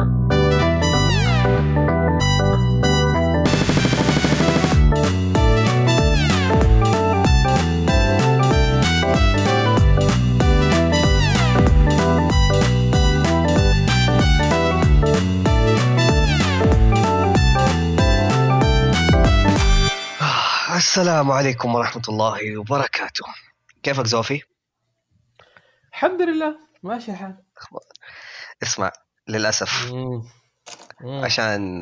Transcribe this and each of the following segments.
السلام عليكم ورحمة الله وبركاته. كيفك زوفي؟ الحمد لله ماشي الحال. اسمع، للأسف عشان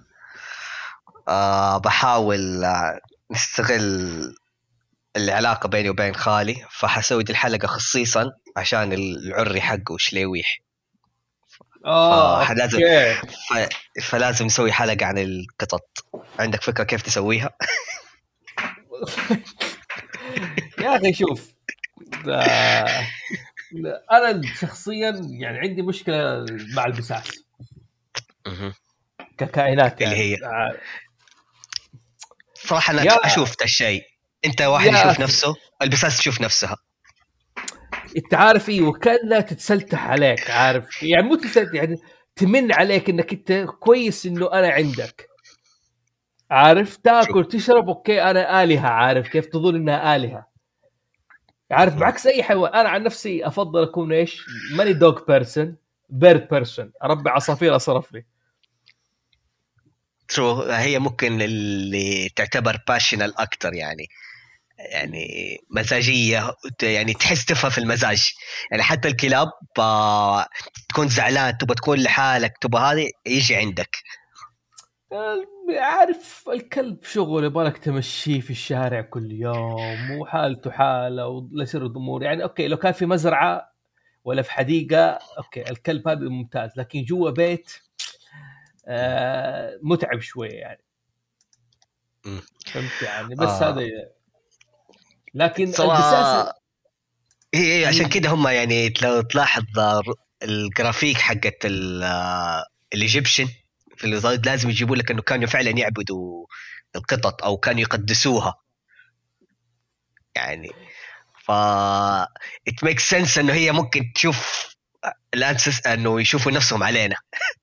بحاول نستغل العلاقة بيني وبين خالي، فحسوي دي الحلقة خصيصا عشان العري حقه وشليويح. اوكي. فلازم نسوي حلقة عن القطط. عندك فكرة كيف تسويها؟ يا اخي شوف، انا شخصيا يعني عندي مشكله مع البساس ككائنات اللي يعني. هي صراحة أنا يا أشوف الشيء، أنت واحد يا يشوف أخي، نفسه، البساس تشوف نفسها. انت عارف ايه، وكانها تتسلتح عليك، عارف يعني، مو تتسلتح يعني، تمن عليك انك انت كويس انه انا عندك، عارف، تاكل تشرب اوكي انا آلهة، عارف كيف، تظن انها آلهة، عارف، بعكس اي حيوان. انا عن نفسي افضل اكون ايش، ماني دوغ بيرسون، بيرد بيرسون، اربي عصافير اصرف لي. ترو، هي ممكن اللي تعتبر باشنال أكتر يعني مزاجية، يعني تحس تفهم في المزاج. يعني حتى الكلاب تكون زعلان تبغى تكون لحالك، تبغى هذه يجي عندك. عارف الكلب شغل يبالك تمشيه في الشارع كل يوم وحالته حالة ولا يصير ضمور يعني. اوكي لو كان في مزرعة ولا في حديقة اوكي الكلب هذا ممتاز، لكن جوا بيت متعب شوية يعني، فهمت يعني. بس هذا لكن البساس سواء هي عشان كده هم يعني لو تلاحظ الجرافيك حقت الايجيبشن في الوظائف لازم يجيبوا لك انه كانوا فعلا يعبدوا القطط او كانوا يقدسوها يعني. ف it makes sense انه هي ممكن تشوف الانسس انه يشوفوا نفسهم علينا.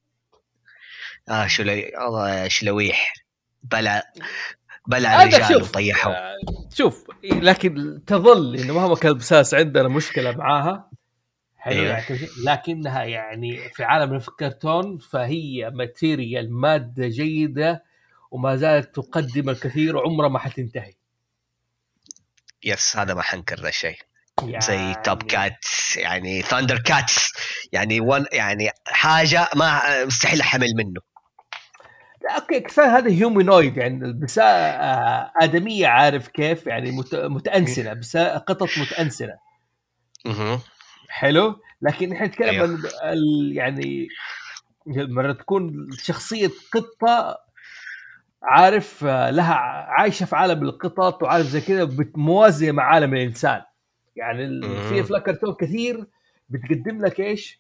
الله شلويح، بلع هذا الرجال شوف، وطيحهم. شوف لكن تظل انه مهما كان البساس عندنا مشكلة معاها، حلو ايوه يعني، لكنها يعني في عالم الكرتون فهي ماتيريال، مادة جيدة وما زالت تقدم الكثير وعمرها ما حتنتهي يس، هذا ما حنكر ذا الشيء. زي توب يعني. كاتس، يعني ثاندر كاتس، يعني يعني حاجة ما مستحيل أحمل منه. اوكي كفايه هذا هيومينويد يعني، بس ادميه، عارف كيف يعني، متانسنه، بس قطط متانسنه. حلو، لكن احنا نتكلم ايوه عن يعني مرة تكون شخصيه قطه، عارف، لها عايشه في عالم القطط وعارف زي كذا، موازيه مع عالم الانسان يعني. في افلام كرتون كثير بتقدم لك ايش،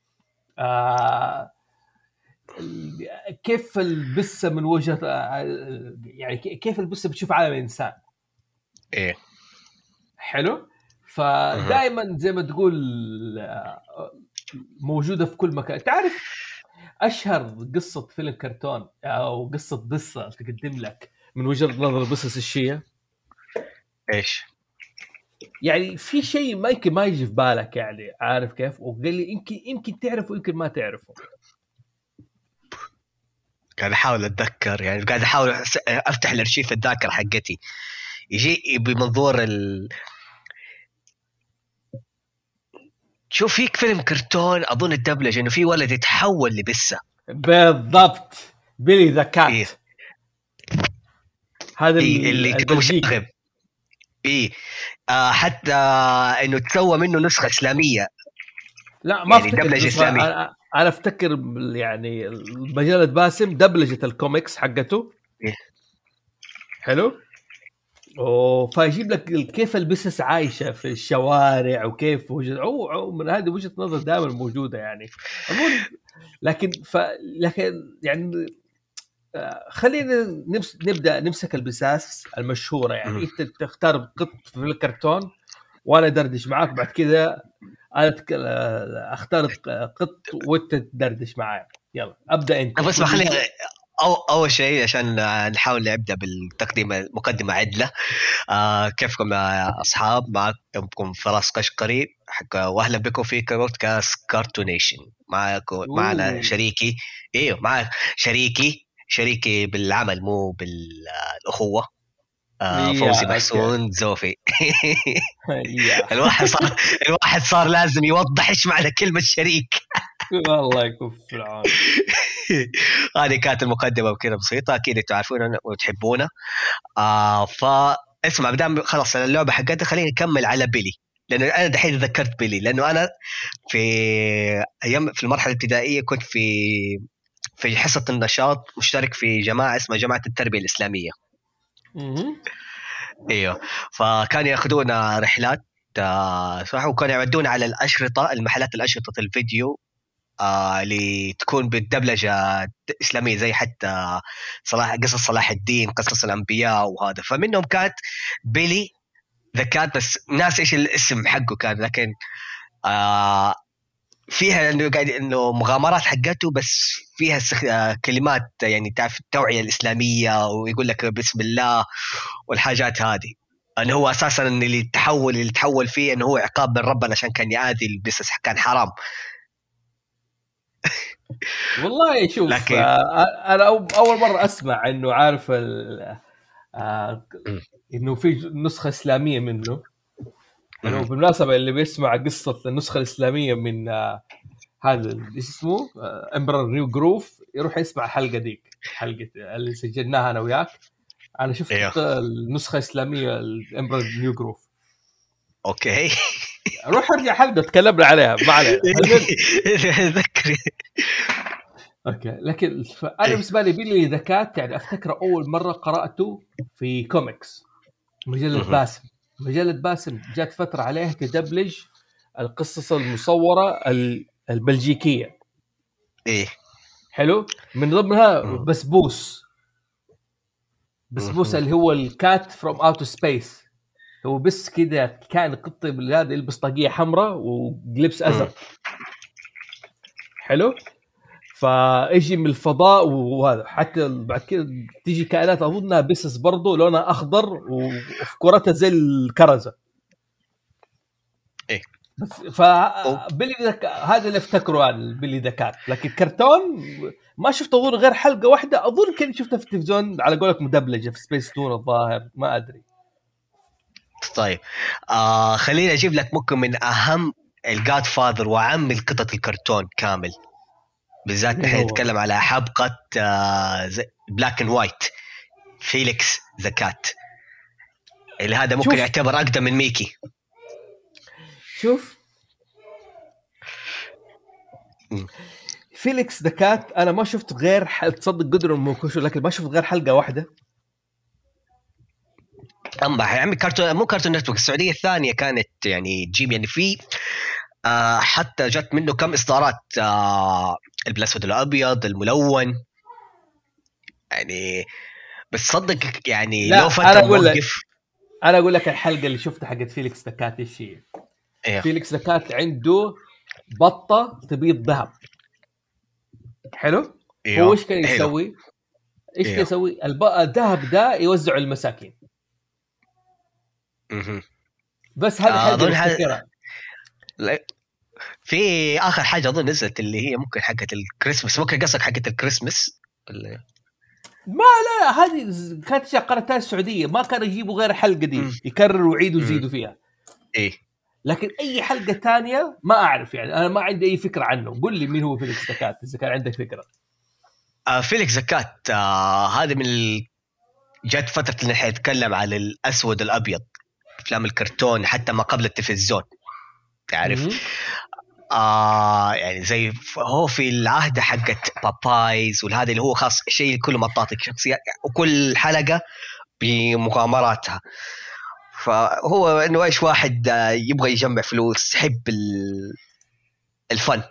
كيف البسه من وجهه، يعني كيف البسه بتشوف عالم الانسان. ايه حلو، فدائما زي ما تقول موجوده في كل مكان. تعرف اشهر قصه فيلم كرتون او قصه بصه تقدم لك من وجهه نظر البصص الشيء، ايش يعني في شيء ما يمكن ما يجي في بالك يعني، عارف كيف، وقال لي يمكن تعرفه يمكن ما تعرفه. قاعد احاول اتذكر، يعني قاعد احاول افتح الارشيف الذاكره حقتي، يجي بمنظور شوف فيك فيلم كرتون اظن الدبلجه انه في ولد يتحول لبسه. بالضبط، بيلي ذا كات، ايه هذا ايه اللي كان البلجيكي. مشاغب. ايه حتى انه تسوى منه نسخه اسلاميه، لا ما يعني افتكر دبلجه نسخه، اسلاميه. انا افتكر يعني مجله باسم دبلجه الكوميكس حقته. إيه. حلو، فيجيب لك كيف البسس عايشه في الشوارع وكيف من هذه وجهه نظر دائما موجوده يعني، اظن. لكن لكن يعني خلينا نبدا نمسك البساس المشهوره يعني. انت تختار قط في الكرتون وانا دردش معاك بعد كذا، انا اختار قط وانت تدردش معايا. يلا ابدا انت. بس ما خلينا اول شيء عشان نحاول نبدا بالتقديم مقدمه عدله. كيفكم يا اصحاب؟ معكم فراس قشقري حق واهلا بكم في بودكاست كارتونيشن. معنا اوه شريكي. ايوه معك شريكي بالعمل مو بالاخوه. فوزي يا اوكي. محسون زوفي. يا الواحد صار لازم يوضح ايش معنى كلمه شريك. والله يكون في العون. هذه كانت المقدمه وكذا بسيطه، اكيد انتم عارفونا وتحبونا. فاسمع، بدام خلاص اللعبه حقتها خلينا نكمل على بيلي، لانه انا دحين ذكرت بيلي، لانه انا في ايام في المرحله الابتدائيه كنت في حصه النشاط مشترك في جماعه اسمها جماعه التربيه الاسلاميه. ايوه، فكانوا ياخذونا رحلات صح، وكانوا يودونا على الاشرطه، المحلات الاشرطه الفيديو اللي تكون بالدبلجه اسلاميه، زي حتى قصص صلاح الدين، قصص الانبياء وهذا. فمنهم كانت بيلي ذا كات، بس ناس ايش الاسم حقه كان، لكن فيها انه قاعد انه مغامرات حقته، بس فيها كلمات يعني تعرف التوعيه الاسلاميه، ويقول لك بسم الله والحاجات هذه. انه هو اساسا اللي تحول فيه انه هو عقاب من ربنا عشان كان يآذي البسس، كان حرام. والله شوف، لكن انا اول مره اسمع انه عارف انه في نسخه اسلاميه منه. يعني بالمناسبه اللي بيسمع قصه النسخه الاسلاميه من هذا ايش اسمه امبرر نيو جروف، يروح يسمع الحلقه ديك، حلقه اللي سجلناها انا وياك. انا شفت ايوه النسخه الاسلاميه الامبرر نيو جروف. اوكي. روح ارجع حلقه تكلمنا عليها، ما علينا. ذكري. اوكي، لكن انا بالنسبه لي بيلي ذكات، يعني افتكر اول مره قراته في كوميكس، مجله باسم. مجله باسم جات فتره عليها تدبلج القصص المصوره البلجيكيه. ايه حلو، من ضمنها بسبوس اللي هو الكات فروم اوت سبيس. هو بس كده كان قط هذا يلبس طاقيه حمراء ولبس ازرق. حلو، فايجي من الفضاء وهذا، حتى بعد كده تيجي كائنات اظنها بسس برضو لونها اخضر وفي كرتها زي الكرزه. ايه بس فبيلي هذا اللي افتكره عن بيلي ذكات. لكن كرتون ما شفت اظن غير حلقه واحده، اظن كنت شفتها في التلفزيون على قولك مدبلجه في سبيس تون الظاهر، ما ادري. طيب، خليني اجيب لك ممكن من اهم الجاد فاذر وعم القطط الكرتون كامل، بالذات مين نحن هو؟ نتكلم على حبقه بلاك اند وايت، فيليكس ذا كات، اللي هذا ممكن شوف يعتبر اقدم من ميكي. شوف فيليكس ذا كات انا ما شفت غير تصدق قدر موكوشو، لكن ما شفت غير حلقه واحده. اما يا عمي كرتون، مو كرتون نتورك، السعوديه الثانيه كانت يعني تجيب يعني في حتى جت منه كم اصدارات، الاسود الابيض، الملون يعني. بس صدق يعني لا لو فتره موقف. انا اقول لك الحلقه اللي شفتها حقت فيليكس ذا كات ايش هي. ايه فيليكس ذا كات عنده بطه تبيض ذهب. حلو، هو ايوه ايش كان حلو. يسوي؟ ايش كان ايوه يسوي؟ الذهب ده يوزعه المساكين. بس هذه الحلقه اللي اظن افتكرها. في اخر حاجه اظن نزلت اللي هي ممكن حقه الكريسماس، ممكن قصدك حقه الكريسماس ولا؟ ما لا، هذه كانت شقرتها السعوديه، ما كانوا يجيبوا غير حلقه دي يكرروا ويعيدوا ويزيدوا فيها. ايه لكن اي حلقه تانية ما اعرف، يعني انا ما عندي اي فكره عنه. قل لي مين هو فيليكس زكات اذا كان عندك فكره. فيليكس زكات، هذا من جت فتره اللي حيتكلم على الاسود الابيض، افلام الكرتون حتى ما قبل التلفزيون، تعرف. يعني زي هو في العهد حقت بابايز والهذا اللي هو خاص شيء كله مطاطك شخصيات، وكل حلقه بمغامراتها. فهو انه ايش واحد يبغى يجمع فلوس، يحب الفن.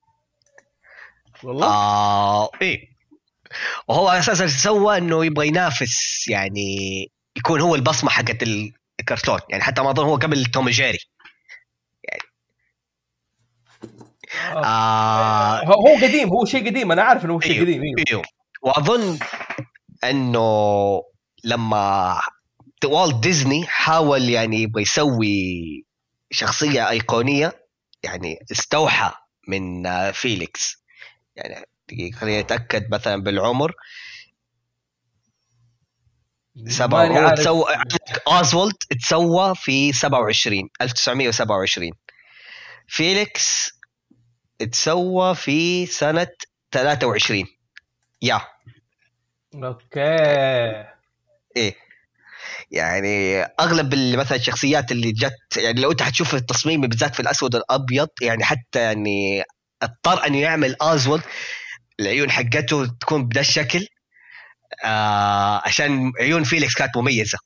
والله ايه، وهو اساسا سوى انه يبغى ينافس، يعني يكون هو البصمه حقت الكرتون، يعني حتى ما اظن هو قبل توم جيري يعني. هو قديم، هو شيء قديم، انا عارف انه هو شيء قديم. ايوه واظن انه لما والت ديزني حاول يعني يبغى يسوي شخصيه ايقونيه، يعني استوحى من فيليكس. يعني دقيقة خليني اتاكد مثلا بالعمر. ماني هو عارف. تسوى اوزولد تسوى في 1927. فيليكس تسوى في سنة 23. يا اوكي. ايه يعني اغلب مثلا الشخصيات اللي جت، يعني لو انت حتشوف التصميم بالذات في الاسود والابيض، يعني حتى يعني اضطر انه يعمل اوزولد العيون حقته تكون بدا الشكل عشان عيون فيليكس كانت مميزة.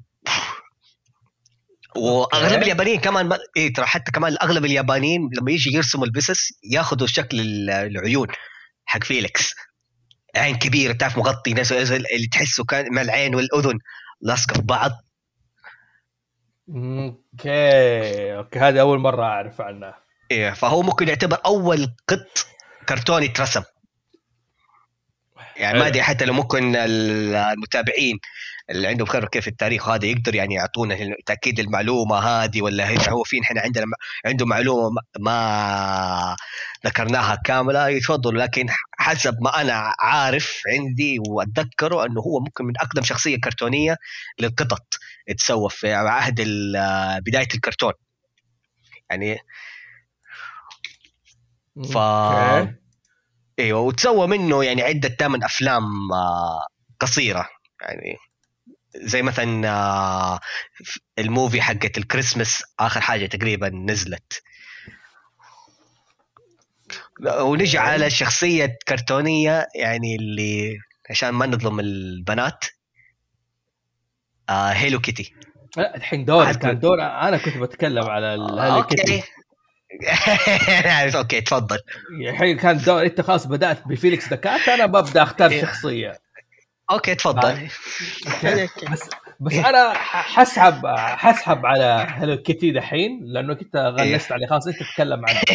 واغلب اليابانيين كمان ايه ترى، حتى كمان اغلب اليابانيين لما يجي يرسموا البسس ياخذوا شكل العيون حق فيليكس، عين كبيره تعرف مغطي نفسه اللي تحسه كان مع العين والاذن لاصقه في بعض. اوكي هذه اول مره اعرف عنها. ايه فهو ممكن يعتبر اول قط كرتوني اترسم. يعني ما ادري حتى لو ممكن المتابعين اللي عندهم خبره كيف التاريخ هذا يقدر يعني يعطونا تاكيد المعلومه هذه، ولا هو في احنا عندنا عنده معلومه ما ذكرناها كامله يتفضل. لكن حسب ما انا عارف عندي واتذكره انه هو ممكن من اقدم شخصيه كرتونيه للقطط تسوى في عهد بدايه الكرتون يعني. ف ايوه وتسوى منه يعني عده 8 افلام قصيره، يعني زي مثلا الموفي حقت الكريسماس اخر حاجه تقريبا نزلت. ونجي على شخصيه كرتونيه يعني اللي عشان ما نظلم البنات، هيلو كيتي. الحين دوري كان دور، انا كنت بتكلم على هالو كيتي. اوكي تفضل. الحين كان دور، انت خلاص بدات بفيليكس دكات، انا ببدا اختار شخصيه. اوكي تفضل. اوكي بس انا حسحب على هالو كيتي دحين لانه كنت غلست عليه، خلاص انت تتكلم عنه.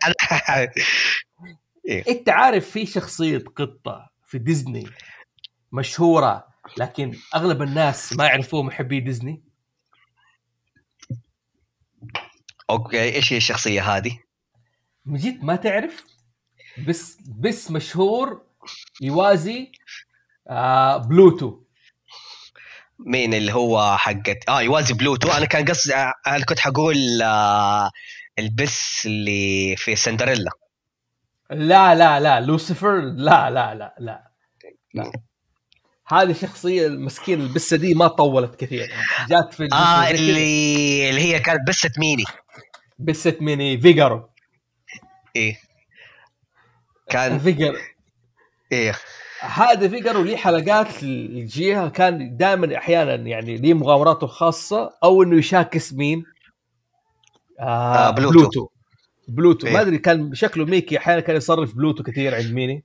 انت عارف في شخصيه قطه في ديزني مشهوره لكن اغلب الناس ما يعرفوه محبي ديزني؟ اوكي ايش هي الشخصيه هذه؟ من جد ما تعرف؟ بس مشهور يوازي بلوتو. مين اللي هو حقت يوازي بلوتو؟ انا كان قصدي انا كنت حقول البس اللي في سندريلا. لا لوسيفر، لا هذه شخصية المسكين البسة دي ما طولت كثير، جات في اللي هي كانت بسة ميني. بسة ميني فيجارو. ايه كان فيجارو ايه هذا فيجارو ليه حلقات الجيها، كان دائما احيانا يعني ليه مغامراته الخاصة او انه يشاكس مين بلوتو. إيه؟ ما ادري كان شكله ميكي، احيانا كان يصرف بلوتو كثير عند ميني.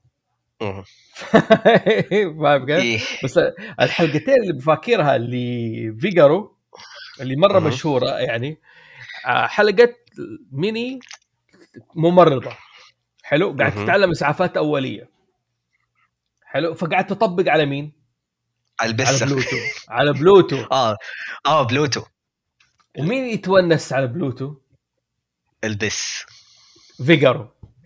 فاهم كيف؟ إيه؟ بس الحلقتين اللي بفاكرها اللي فيجارو اللي مره مشهوره يعني حلقه ميني ممرضه، حلو، قاعد تتعلم اسعافات اوليه، حلو، فقاعد تطبق على مين؟ على بلوتو. بلوتو. ومين يتونس على بلوتو؟ البس فيجارو.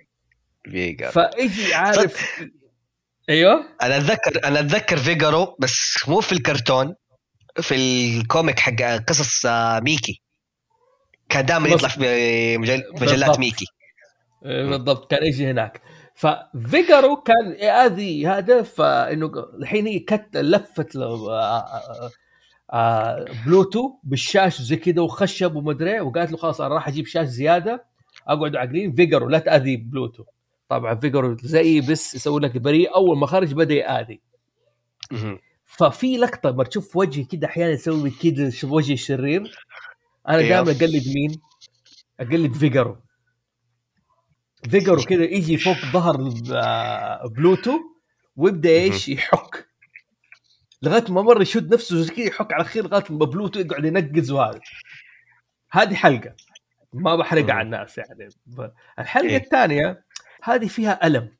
فايجي عارف ايوه انا اتذكر فيجارو بس مو في الكرتون، في الكوميك حق قصص ميكي كان دائما يطلع في مجلات ميكي. بالضبط كان يجي هناك. ففيجارو كان هذا فانه الحين هي لفت بلوتو بالشاشه زي كده وخشب ومدري، وقالت له خلاص انا راح اجيب شاشه زياده اقعدوا عاقلين فيجارو لا تاذي بلوتو. طبعا فيجارو زي بس يسوي لك بريء، اول ما خرج بدا ياذي. ففي لقطه ما تشوف وجهي كده احيانا يسوي كده وجهي شرير، انا دائما اقلد مين؟ اقلد فيجارو كده يجي فوق ظهر بلوتو ويبدا ايش يحك لغايه ما مره يشد نفسه زي كذا يحك على خير لغايه ما بلوتو يقعد ينقز. وهذه حلقه ما بحرق على الناس يعني. الحلقه الثانيه هذه فيها ألم.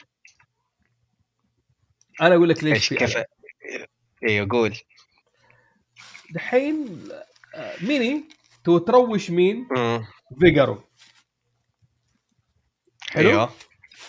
انا اقول لك ليش ايش في كيف؟ ألم. ايوه قول. دحين ميني تروش مين؟ مم. فيجارو. حلو. ايوه.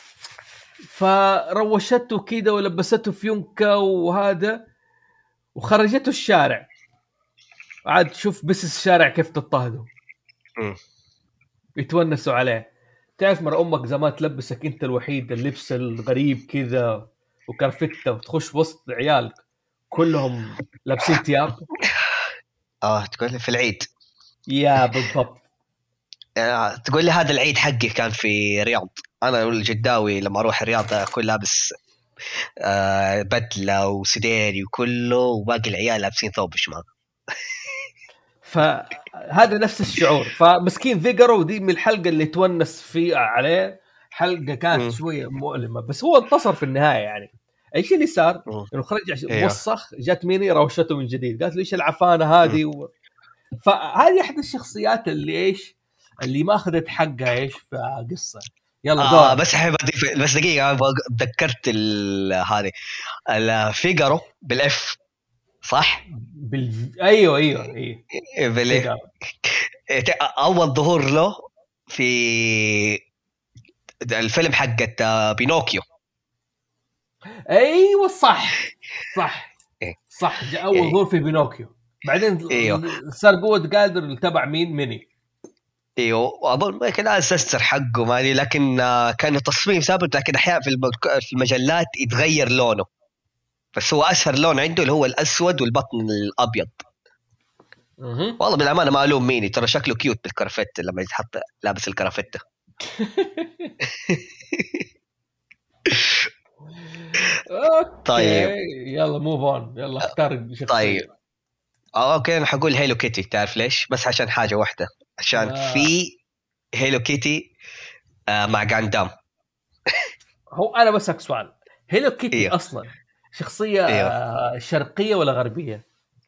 فروشته كده ولبسته فيونكة وهذا، وخرجته الشارع. عاد شوف بس الشارع كيف تضطهده، مم. يتونسوا عليه. تعرف مرة أمك زمان تلبسك أنت الوحيد اللبس الغريب كذا وكرفتة، وتخش وسط عيالك كلهم لابسين ثياب. تقول لي في العيد. يا بالضبط. تقول لي هذا العيد حقي كان في رياض. انا الجداوي لما اروح الرياض اكون لابس بدله وسديري وكله، وباقي العيال لابسين ثوب شمال. فهذا نفس الشعور. فمسكين فيجارو دي من الحلقة اللي تونس فيها عليه. حلقة كانت شوية مؤلمة بس هو انتصر في النهاية يعني. ايش اللي صار؟ انه خرج ايوه. موسخ، جات ميني روشته من جديد، قالت له ايش العفانة هذه فهذه احد الشخصيات اللي ايش اللي ما اخذت حقها ايش في قصة. يلا دورك. بس احب اضيف بس دقيقه، تذكرت هذه الفيجارو بالاف صح؟ ايوه ايوه ايوه. بالاف. فيجارو. اول ظهور له في الفيلم حقت بينوكيو. ايوه صح صح إيه. صح. جاء اول إيه. ظهور في بينوكيو، بعدين ايوه صار قوة قادر تبع مين؟ ميني. ايوه، اظن ما كان اسستر حقه مالي، لكن كان تصميم ثابت، لكن احيانا في المجلات يتغير لونه. بس هو اشهر لون عنده اللي هو الاسود والبطن الابيض. والله بالامانه ما الوم ميني، ترى شكله كيوت بالكرافته لما يتحط لابس الكرافته. طيب. اوكي يلا موف اون، يلا اختار طيب. شخصية. اوكي انا حقول هيلو كيتي. تعرف ليش؟ بس عشان حاجه واحده، عشان آه في هيلو كيتي مع غاندام. هو انا بسألك سؤال، هيلو كيتي ايوه اصلا شخصية ايوه. شرقية ولا غربية؟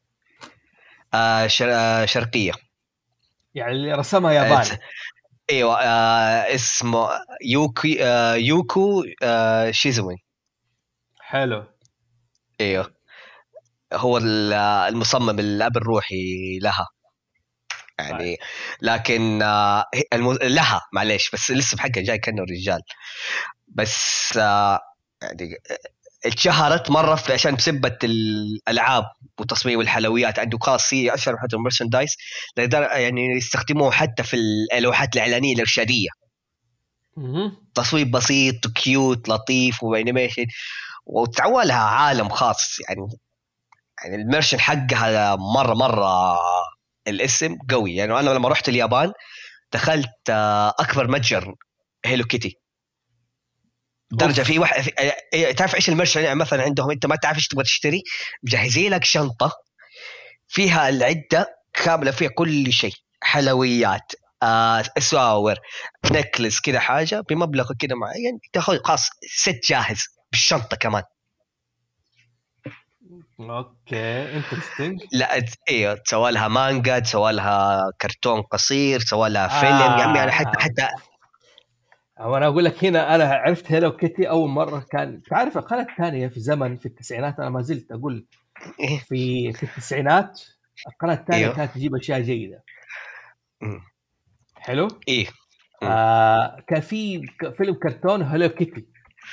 شرقيه. يعني اللي رسمها آه ياباني. ايوه اسمه يوكو شيزوين. حلو. ايوه. هو المصمم الاب الروحي لها طيب. يعني. لكن لها معليش، بس الاسم حقه جاي كأنه رجال. بس يعني اتشهرت مرة عشان بسبة الألعاب وتصميم الحلويات. عنده خاصية أشهر حتى المرشندايز، يعني يستخدموه حتى في اللوحات الإعلانية الإرشادية. تصوير بسيط وكيوت لطيف وانيميشن، وتعوى لها عالم خاص يعني الميرشن حقها مرة الاسم قوي. يعني أنا لما رحت اليابان دخلت أكبر متجر هيلو كيتي. درجة في واحد تعرف ايش المرشن يعني؟ مثلا عندهم انت ما تعرف ايش تبغى تشتري، مجهزين لك شنطة فيها العدة كاملة، فيها كل شيء، حلويات اساور نكلس كذا، حاجة بمبلغ كذا معين تاخذ خاص ست جاهز بالشنطة كمان. اوكي انترستينج. لا ايوه، تسوى لها مانجا، تسوى لها كرتون قصير، تسوى لها فيلم يا عمي. انا حتى وانا اقول لك هنا انا عرفت هيلو كيتي اول مره. كان تعرف القناه الثانيه في زمن في التسعينات، انا ما زلت اقول إيه؟ في التسعينات القناه الثانيه ايوه. كانت تجيب اشياء جيده. أمم. حلو. ايه. أمم. كان في فيلم كرتون هيلو كيتي.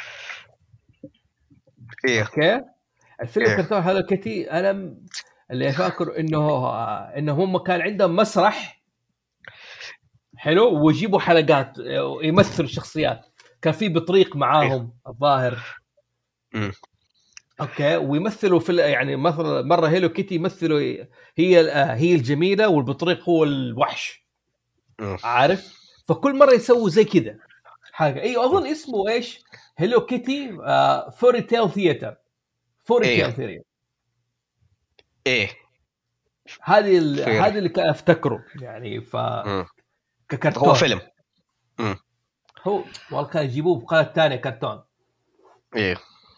ايه. اوكي. الفيلم ايه. كرتون هيلو كيتي انا اللي فاكر انه هم كان عندهم مسرح حلو، ويجيبوا حلقات يمثلوا الشخصيات. كان في بطريق ايه. معاهم الظاهر. أمم. اوكي. ويمثلوا في يعني مثلا مره هيلو كيتي يمثلوا هي الجميله والبطريق هو الوحش. أمم. عارف؟ فكل مره يسووا زي كذا حاجه. ايوه اظن اسمه ايش؟ هيلو كيتي فوري تيل ثياتر. فوري ايه. تيل ثياتر. ايه. هذه اللي كان افتكره يعني. أمم. هو ككرتون. فيلم. أمم. هو والله كان يجيبوه بقناه ثانيه كرتون. ايه.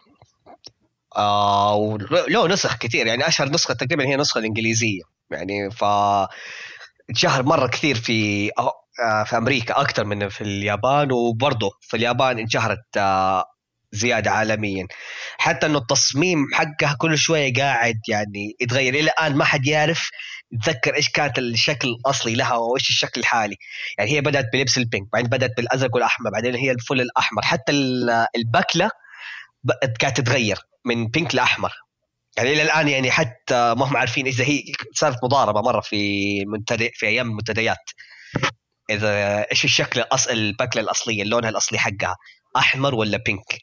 له نسخ كثير، يعني اشهر نسخه تقريبا هي النسخه الانجليزيه يعني. اتشهر مره كثير في في امريكا اكثر من في اليابان، وبرضه في اليابان انشهرت زياده عالميا. حتى انه التصميم حقها كل شويه قاعد يعني يتغير، الى الان ما حد يعرف يتذكر ايش كانت الشكل الاصلي لها وايش الشكل الحالي. يعني هي بدات بلبس البينك، بعدين بدات بالازرق والاحمر، بعدين هي الفل الاحمر، حتى البكله كانت تتغير من بينك لاحمر. يعني الى الان يعني حتى ما هم عارفين اذا هي صارت مضاربه مره في في ايام المنتديات، اذا ايش الشكل البكله الاصليه، لونها الاصلي حقها احمر ولا بينك.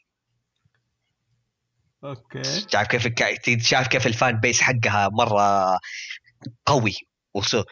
اوكي. شايف كيف الفان بيس حقها مره قوي. وصو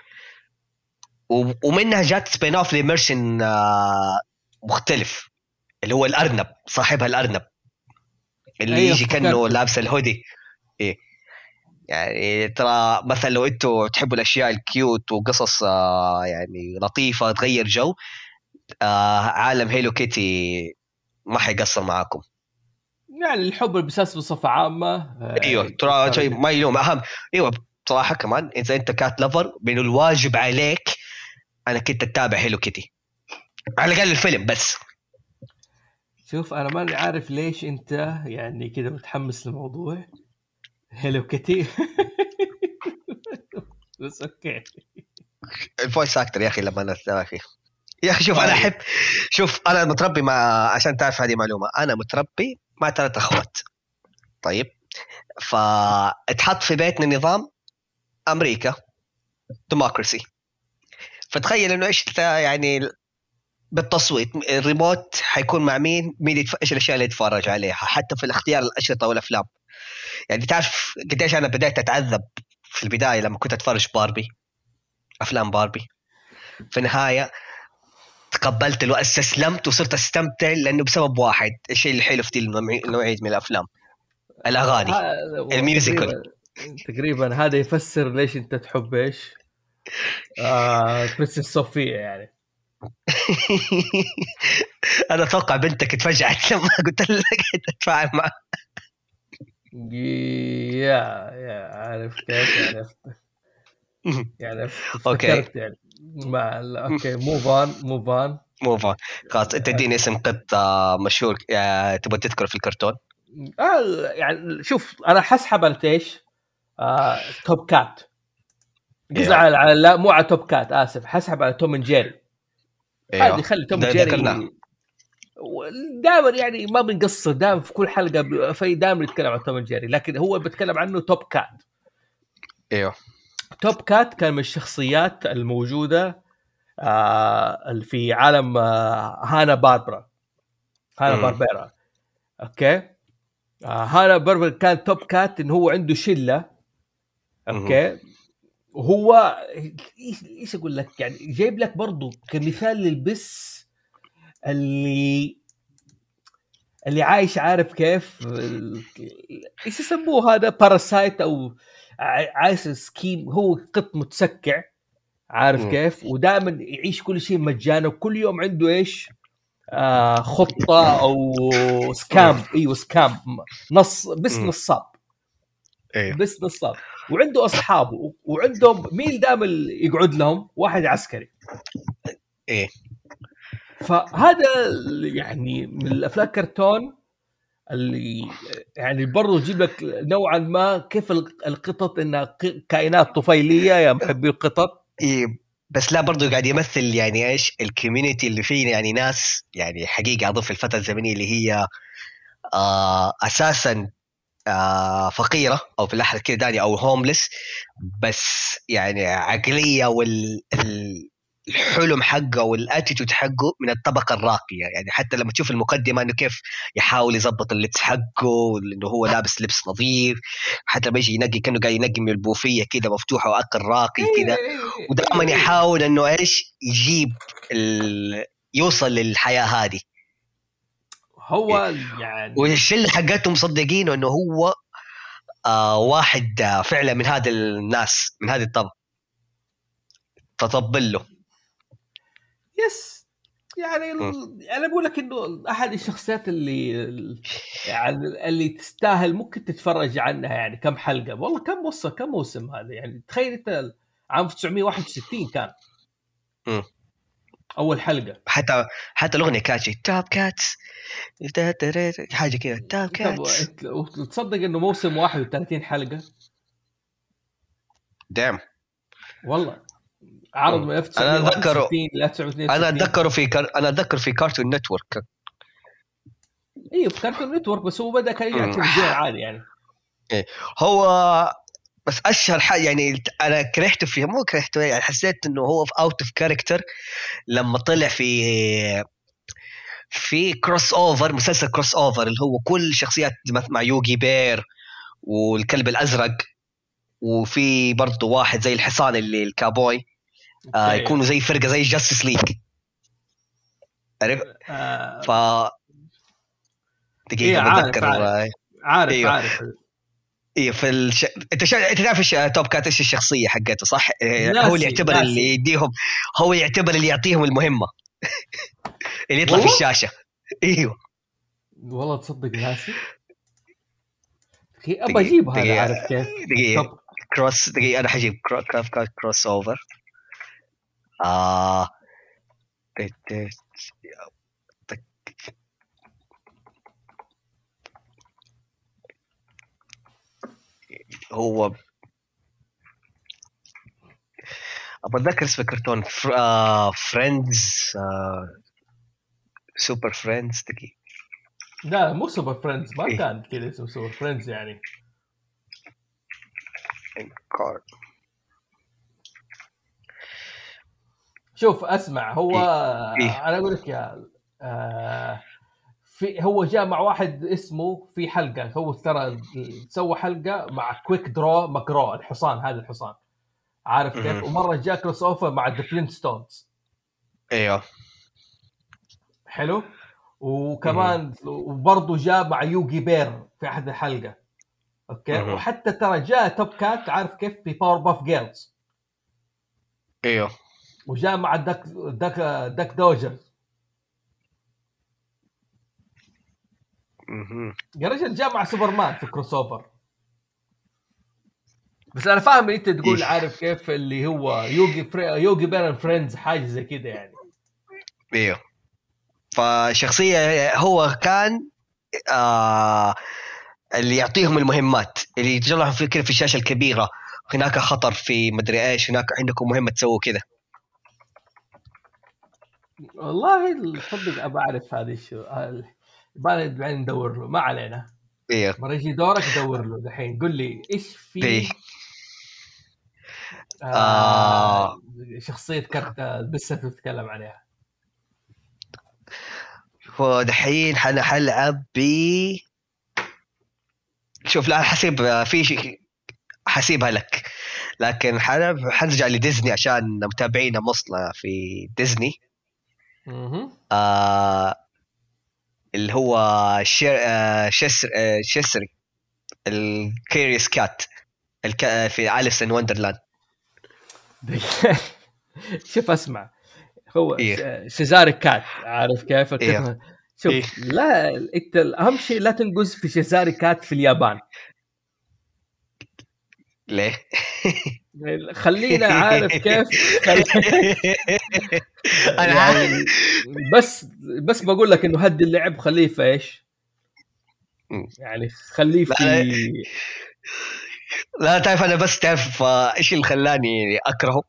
ومنها جات سبين اوف لميرشن مختلف، اللي هو الارنب، صاحبها الارنب اللي ايوه يجي كانه افتكرته. لابس الهودي. إيه. يعني ترى مثلا لو انتوا تحبوا الاشياء الكيوت وقصص يعني لطيفه تغير جو، عالم هيلو كيتي ما حيقصر معاكم. يعني الحب البساس بصفة عامة ايوه ترى شيء يتفرج. ما يلوم اهم. ايوه بصراحه كمان اذا انت كات لفر من الواجب عليك انك انت تتابع هيلو كيتي، على الاقل الفيلم بس. شوف انا ماني عارف ليش انت يعني كذا متحمس للموضوع هيلو كيتي. بس اوكي. الفويس اكتر يا اخي لما انا يا اخي، يا اخي شوف انا طيب. احب. شوف انا متربي مع، عشان تعرف هذه معلومه، انا متربي مع 3 اخوات. طيب، فاتحط في بيتنا نظام امريكا ديموكراسي. فتخيل انه ايش يعني بالتصويت الريموت حيكون مع مين ايش الاشياء اللي يتفرج عليها، حتى في الاختيار الاشرطه والافلام. يعني تعرف قديش انا بديت اتعذب في البدايه لما كنت اتفرج باربي، افلام باربي. في النهايه تقبلت واستسلمت وصرت استمتع، لانه بسبب واحد، الشيء الحلو في النوعيه من الافلام، الاغاني، الميوزيكال. تقريبا هذا يفسر ليش انت تحب ايش برنسس صوفيا يعني. انا اتوقع بنتك اتفاجأت لما قلت لك تتفاعل معه. يا عارف كيف يعني يعني اوكي افتكرت يعني اوكي موف اون. موف اون. خلاص انت اديني اسم قط مشهور تبغى تذكره في الكرتون. يعني شوف انا حسحب على ايش توب كات. قصدي ايوه لا مو على توب كات، اسف، حسحب على توم اند جيري. هذه ايوه خلي توم اند ده جيري ذكرناه. دائما يعني ما بنقصر، دائما في كل حلقه في دائما نتكلم عن توم اند جيري، لكن هو بتكلم عنه توب كات. ايوه توب كات كان من الشخصيات الموجوده في عالم هانا باربرا. هانا امم باربيرا. اوكي. هانا باربرا كان توب كات ان هو عنده شله. امم اوكي. وهو ايش اقول لك، يعني جايب لك برضو كمثال للبس اللي عايش، عارف كيف ايش يسموه هذا، باراسايت او عايش سكيم، هو قط متسكع، عارف امم كيف، ودائما يعيش كل شيء مجانا، وكل يوم عنده ايش خطة او سكام. ايوه سكام، بس امم نصاب. ايوه بس نصاب. وعنده اصحابه، وعندهم مين دائما يقعد لهم واحد عسكري. ايه فهذا يعني من الافلام كرتون اللي يعني برضو يجيب لك نوعا ما كيف القطط انها كائنات طفيليه يا محبي القطط. إيه. بس لا برضو قاعد يمثل يعني ايش الكوميونتي اللي فيه، يعني ناس يعني حقيقة اضيف الفترة الزمنية اللي هي اساسا فقيرة او في الاحرى كده داني او هوملس، بس يعني عقلية الحلم حقه والاتيتود حقه من الطبقة الراقية. يعني حتى لما تشوف المقدمة انه كيف يحاول يظبط اللبس حقه، انه هو لابس لبس نظيف، حتى لما يجي ينقي كانه قاعد ينقي من البوفية كده مفتوحة واكل راقي ايوه كده. ايوه ودائما ايوه ايوه. يحاول انه ايش يجيب يوصل للحياة هذه. هو يعني والشله حقتهم مصدقينه انه هو واحد فعلا من هذا الناس، من هذه الطبقه، فطبل له. يس. يعني م. انا بقول لك انه احد الشخصيات يعني اللي تستاهل ممكن تتفرج عنها. يعني كم حلقه والله، كم موسم هذا، يعني تخيل انت عام 1961 كان. م. اول حلقه. حتى الاغنيه كاتشي توب كاتس حاجه كذا توب كاتس. تصدق انه موسم 31 حلقه؟ دام والله عرض من انا 1961 ل 1962. انا اتذكر في كارتون نتورك. ايوه في كارتون نتورك، بس هو بدا كان يجي على التلفزيون عادي يعني. إيه. هو بس اشهر حاجه يعني انا كرهته فيه، مو كرهته يعني حسيت انه هو في اوت اوف كاركتر لما طلع في كروس اوفر، مسلسل كروس اوفر اللي هو كل شخصيات مع يوغي بير والكلب الازرق، وفي برضه واحد زي الحصان اللي الكابوي، يكونوا زي فرقه زي جاستس ليج. عارف؟ ف دقيقه إيه بتذكر. عارف ايوه عارف ايه انت تعرف توب كات ايش الشخصيه حقته صح؟ هو اللي يعتبر ناسي. اللي يديهم، هو يعتبر اللي يعطيهم المهمه اللي يطلع في والله؟ الشاشه. ايوه والله تصدق ناسي. ابى اجيب هذا، عارف كيف؟ دقيقه طب كروس، دقيقه انا حجيب كروس اوفر. آه هو ابغى اتذكر اسم الكرتون فريندز، سوبر فريندز. دقيقه لا مو سوبر فريندز، ما إيه؟ كان كذا اسمه سوبر فريندز يعني. شوف اسمع، هو إيه؟ انا اقول لك يا في هو جاء مع واحد اسمه في حلقه، هو ترى سوى حلقه مع كويك درو ماكرو الحصان، هذا الحصان عارف كيف. ومره جاء كروس اوفر مع ذا فلينستونز. ايوه حلو. وكمان وبرضه جاء مع يوغي بير في احد الحلقه. اوكي. وحتى ترى جاء توب كات عارف كيف في باور باف جيرلز. ايوه وجاء مع داك دوجر. يا رجل جاء مع سوبرمان في كروس اوفر. بس انا فاهم اللي انت تقول، عارف كيف اللي هو يوغي بير فريندز، حاجه زي كده يعني. ايوه فشخصيه هو كان اللي يعطيهم المهمات، اللي يتجمعوا في كذا في الشاشه الكبيره، هناك خطر في مدري ايش، هناك عندكم مهمه تسووا كذا. والله تصدق ابى اعرف هذه شو بعدين ندور له، ما علينا. ايوه مرة يجي دورك دور له دحين، قل لي ايش في شخصية كرت بس تتكلم عليها. هو دحين انا حلعب شوف لا حسيب في شيء حسيبها لك، لكن حنرجع لديزني عشان متابعينا مصلة في ديزني. اللي هو شيسري الكيريس كات في أليس إن وندرلاند. شوف اسمع، هو شيزاري كات عارف كيف القصة. شوف لا انت اهم شيء لا تنقز في شيزاري كات في اليابان. ليه؟ خلينا عارف كيف يعني بس بقول لك انه هدي اللعب خليه في ايش يعني، خليه في لا تعرف انا بس تعرف ايش اللي خلاني اكرهه.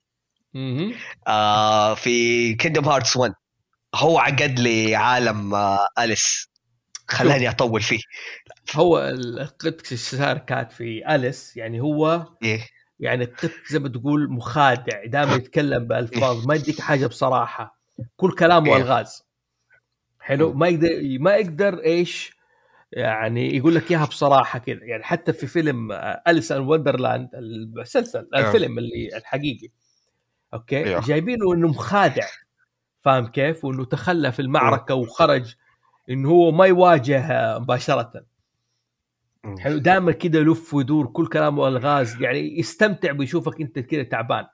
في كيندم هارتس 1 هو عقد لي عالم أليس، خلاني اطول فيه. هو القط الشهر كات في أليس يعني هو يعني قط زي ما تقول مخادع، دائما يتكلم بألفاظ ما يديك حاجة بصراحة، كل كلامه ألغاز. حلو. ما يقدر ايش يعني يقول لك اياها بصراحه كذا يعني. حتى في فيلم أليس إن وندرلاند المسلسل الفيلم اللي الحقيقي اوكي جايبينه انه مخادع، فاهم كيف، وانه تخلى في المعركه وخرج انه هو ما يواجه مباشره. حلو. دائما كده يلف ويدور، كل كلامه الغاز يعني، يستمتع بيشوفك انت كده تعبان.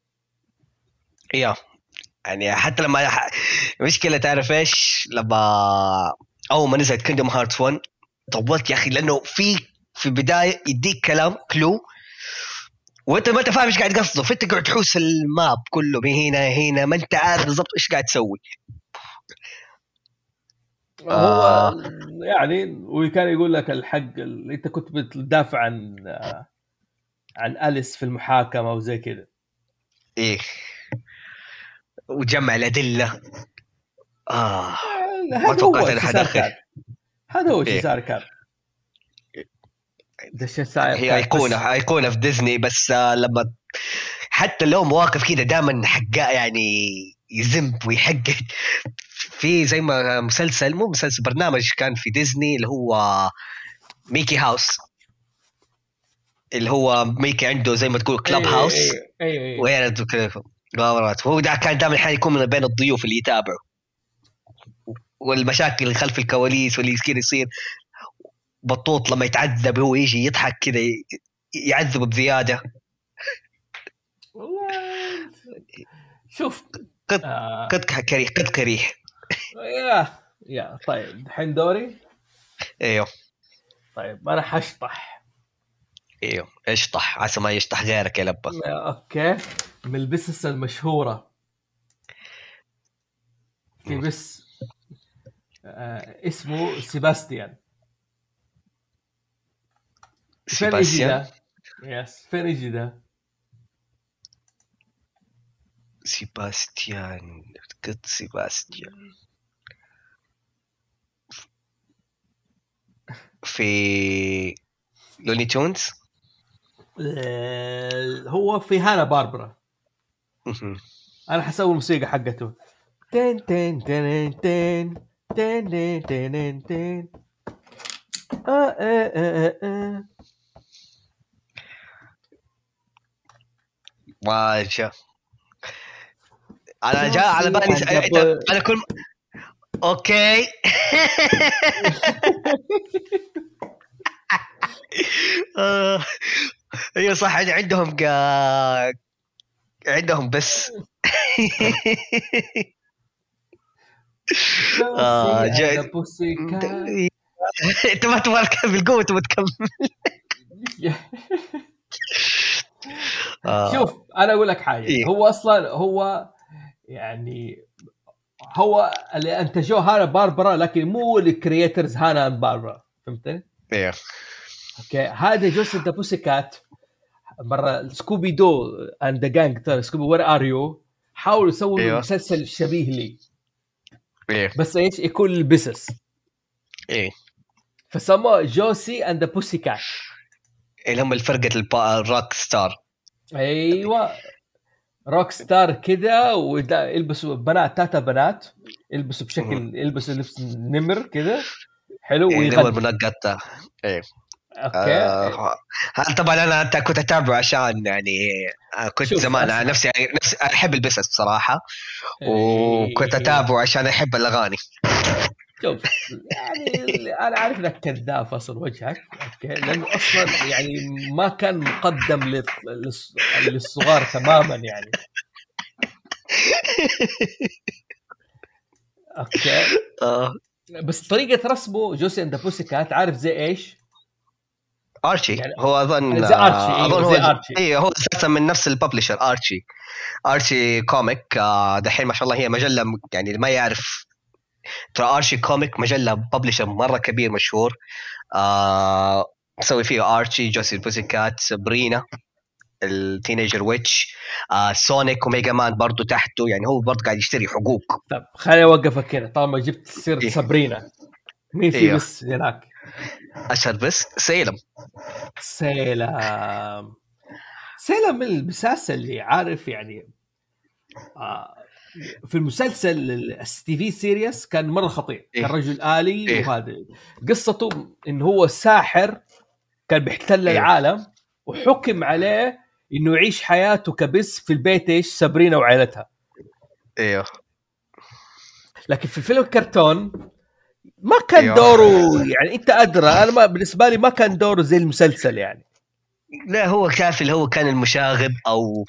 يعني حتى لما مشكله تعرف ايش، لما اول ما نزلت كيندم هارتس 1 طولت يا اخي، لانه في البدايه يديك كلام كلو وانت ما انت فاهم ايش قاعد قصده، فانت قاعد تحوس الماب كله من هنا ما انت عارف بالضبط ايش قاعد تسوي. هو يعني وكان يقول لك الحق اللي انت كنت بتدافع عن أليس في المحاكمة وزي كذا. ايه، وجمع الادله. ما هذا هو توقعت الشيء انا صار حدخل. كان، هذا هو الشيء ايه، صار كان، ده الشيء صاير هي كان بس. ايقونه في ديزني، بس لما حتى لو مواقف كده دائما حقاء يعني يذنب ويحقق. في زي ما مسلسل، مو مسلسل، برنامج كان في ديزني اللي هو ميكي هاوس، اللي هو ميكي عنده زي ما تقول كلاب اي هاوس اي اي اي ويرد وكذا مغامرات، وهو ده كان دائما الحين يكون من بين الضيوف اللي يتابعوا، والمشاكل اللي خلف الكواليس واللي كذا يصير. بطوط لما يتعذب هو يجي يضحك كذا يعذب بزياده. والله شوف. قد آه قد كريه، قد كريه. يا طيب الحين دوري. ايوه طيب انا حشطح. ايوه، اشطح عسى ما يشطح غيرك يا لبه. اوكي، من البسس المشهورة في بس اسمه سيباستيان. فين يجي سيباستيان. ده؟ يس، فين يجي ده؟ سيباستيان، قد سيباستيان في لوني تونز. هو في هانا باربرا. انا حسوي الموسيقى حقته. تن تن تن تن تن تن تن واجه انا جاء على جوسي بالي and the انا كل اوكي. ايوه صح، عندهم عندهم بس. جوسي and the جاي. pussycat. انت ما تبغى بالقوه تبغى تكمل. شوف انا اقول لك حاجه، إيه. هو اصلا هو يعني هو اللي انتجوه هانا باربرا، لكن مو الكرييترز هانا باربرا، فهمتني؟ ايه اوكي، هذا جوسي ذا بوسي كات مره سكوبي دو اند ذا جانج، سكوبي وير ار يو، حاولوا يسووا ايوه مسلسل شبيه لي، ايه بس ايش يكون البسس، ايه، فسموه جوسي اند ذا بوسي كات. اللي هم الفرقه الروك ستار. ايوه، روك ستار كذا، ويلبسوا بنات، تاتا بنات يلبسوا بشكل، يلبسوا لبس نمر كذا حلو إيه نمر ويغنوا. منقطة. ايه اوكي طبعا انا كنت اتابعه عشان يعني كنت شوف زمان اسمع. نفسي احب البسس بصراحه، وكنت إيه. اتابعه عشان احب الاغاني. شوف يعني انا عارف انك كذاب اصل وجهك، اوكي، لانه اصلا يعني ما كان مقدم للصغار تماما يعني. اوكي، آه. بس طريقه رسمه جوسي اند بوسي كات، عارف زي ايش؟ ارشي يعني هو اظن، زي ارشي، ايوه اظن زي هو ارشي. ايه هو اساسا من نفس الببلشر ارشي. ارشي كوميك دحين ما شاء الله هي مجله يعني اللي ما يعرف، ترى ارشي كوميك مجله ببلشر مره كبير مشهور. مسوي فيه ارشي، جوسي البوسيكات، سابرينا التينيجر ويتش، سونيك وميجا مان برضو تحته، يعني هو برضو قاعد يشتري حقوق. طب خليني اوقفك هنا طالما جبت سيره إيه. سابرينا. مين في ايوه بس هناك؟ اشهر بس سيلم. سيلم. سيلم من البساسة اللي عارف يعني في المسلسل التي في سيريس كان مرة خطير، إيه. كان رجل آلي، إيه. وهذا قصته إنه هو ساحر كان بيحتل ايوه العالم، وحكم عليه إنه يعيش حياته كبس في البيت إيش سابرينا وعائلتها. ايوه لكن في الفيلم الكرتون ما كان ايوه. دوره، يعني أنت أدرى، أنا ما بالنسبة لي ما كان دوره زي المسلسل يعني. لا هو كافي، اللي هو كان المشاغب او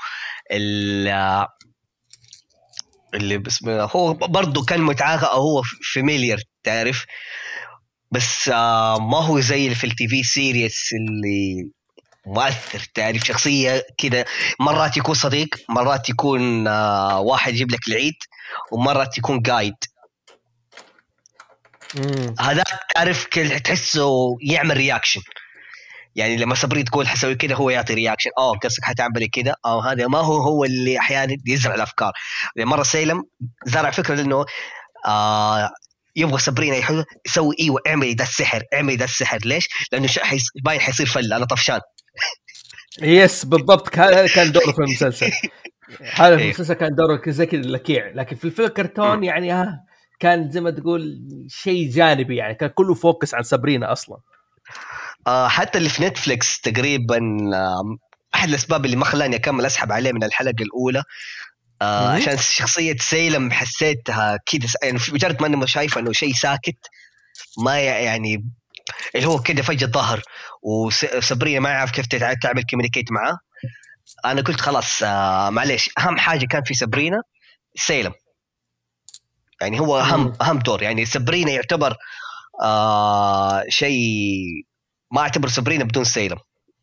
اللي باسمه هو برضه كان متعاقب او هو فاميليار تعرف، بس ما هو زي في التي في سيريس اللي مؤثر، تعرف شخصية كده، مرات يكون صديق، مرات يكون واحد يجيب لك العيد، ومرات يكون قايد. هذا تعرف تحسه يعمل رياكشن، يعني لما صبري تقول حسوي كده هو يعطي رياكشن، قصدك حتعملي كده، هذا ما هو اللي احيانا يزرع الافكار. يعني مره سيلم زرع فكره انه يبغى صبرينا يحل يسوي ايوه اعملي ده السحر، اعملي ده السحر. ليش؟ لانه باين حيصير فله، انا طفشان. يس بالضبط، هذا كان دوره في المسلسل. هذا في إيه. المسلسل كان دوره زي كذا لكيع، لكن في الفيلم كرتون يعني كان زي ما تقول شيء جانبي، يعني كان كله فوكس عن سابرينا اصلا. حتى اللي في نتفليكس تقريبا، احد الاسباب اللي ما خلاني اكمل اسحب عليه من الحلقه الاولى، عشان شخصيه سيلم حسيتها كده، يعني في مجرد ما انا شايفه انه شيء ساكت، ما يعني اللي هو كده فجأة ظهر، وسابرينا ما يعرف كيف تعمل كوميونيكيت معاه. انا قلت خلاص، معليش، اهم حاجه كان في سابرينا سيلم، يعني هو اهم دور. يعني سابرينا يعتبر شيء، ما اعتبر سابرينا بدون سيلم.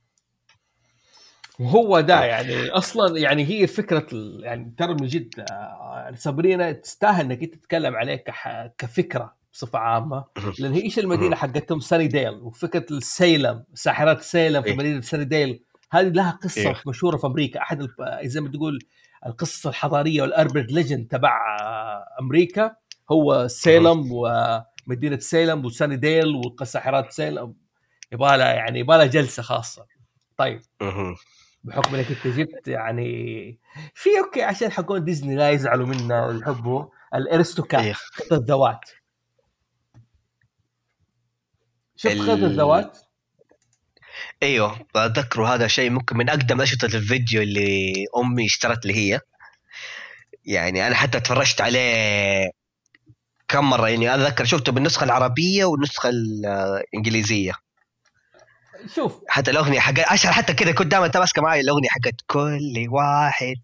وهو ده يعني اصلا يعني هي فكره يعني ترى من جد سابرينا تستاهل انك انت تتكلم عليه كفكره بصفه عامه، لان هي ايش المدينه حقتهم ساني ديل، وفكره السيلم، ساحرات سيلم في مدينه ساني ديل، هذه لها قصه مشهوره في امريكا، احد زي ما تقول القصه الحضاريه والاربرد ليجند تبع امريكا هو سيلم ومدينه سيلم وساني ديل وساحرات سيلم. يبالها جلسه خاصه. طيب بحكم انك انت جبت يعني في اوكي عشان حقون ديزني لا يزعلوا منا ويحبوا الارستوكات، قطة الذوات. شفت قطة الذوات؟ ايوه بذكره، هذا شيء ممكن من اقدم اشرطه الفيديو اللي امي اشترت لي هي. يعني انا حتى تفرجت عليه كم مره، يعني انا اذكر شفته بالنسخه العربيه والنسخه الانجليزيه. شوف حتى الاغنيه حق اشهر، حتى كذا كنت دائما تماسك معي الاغنيه حقت كل واحد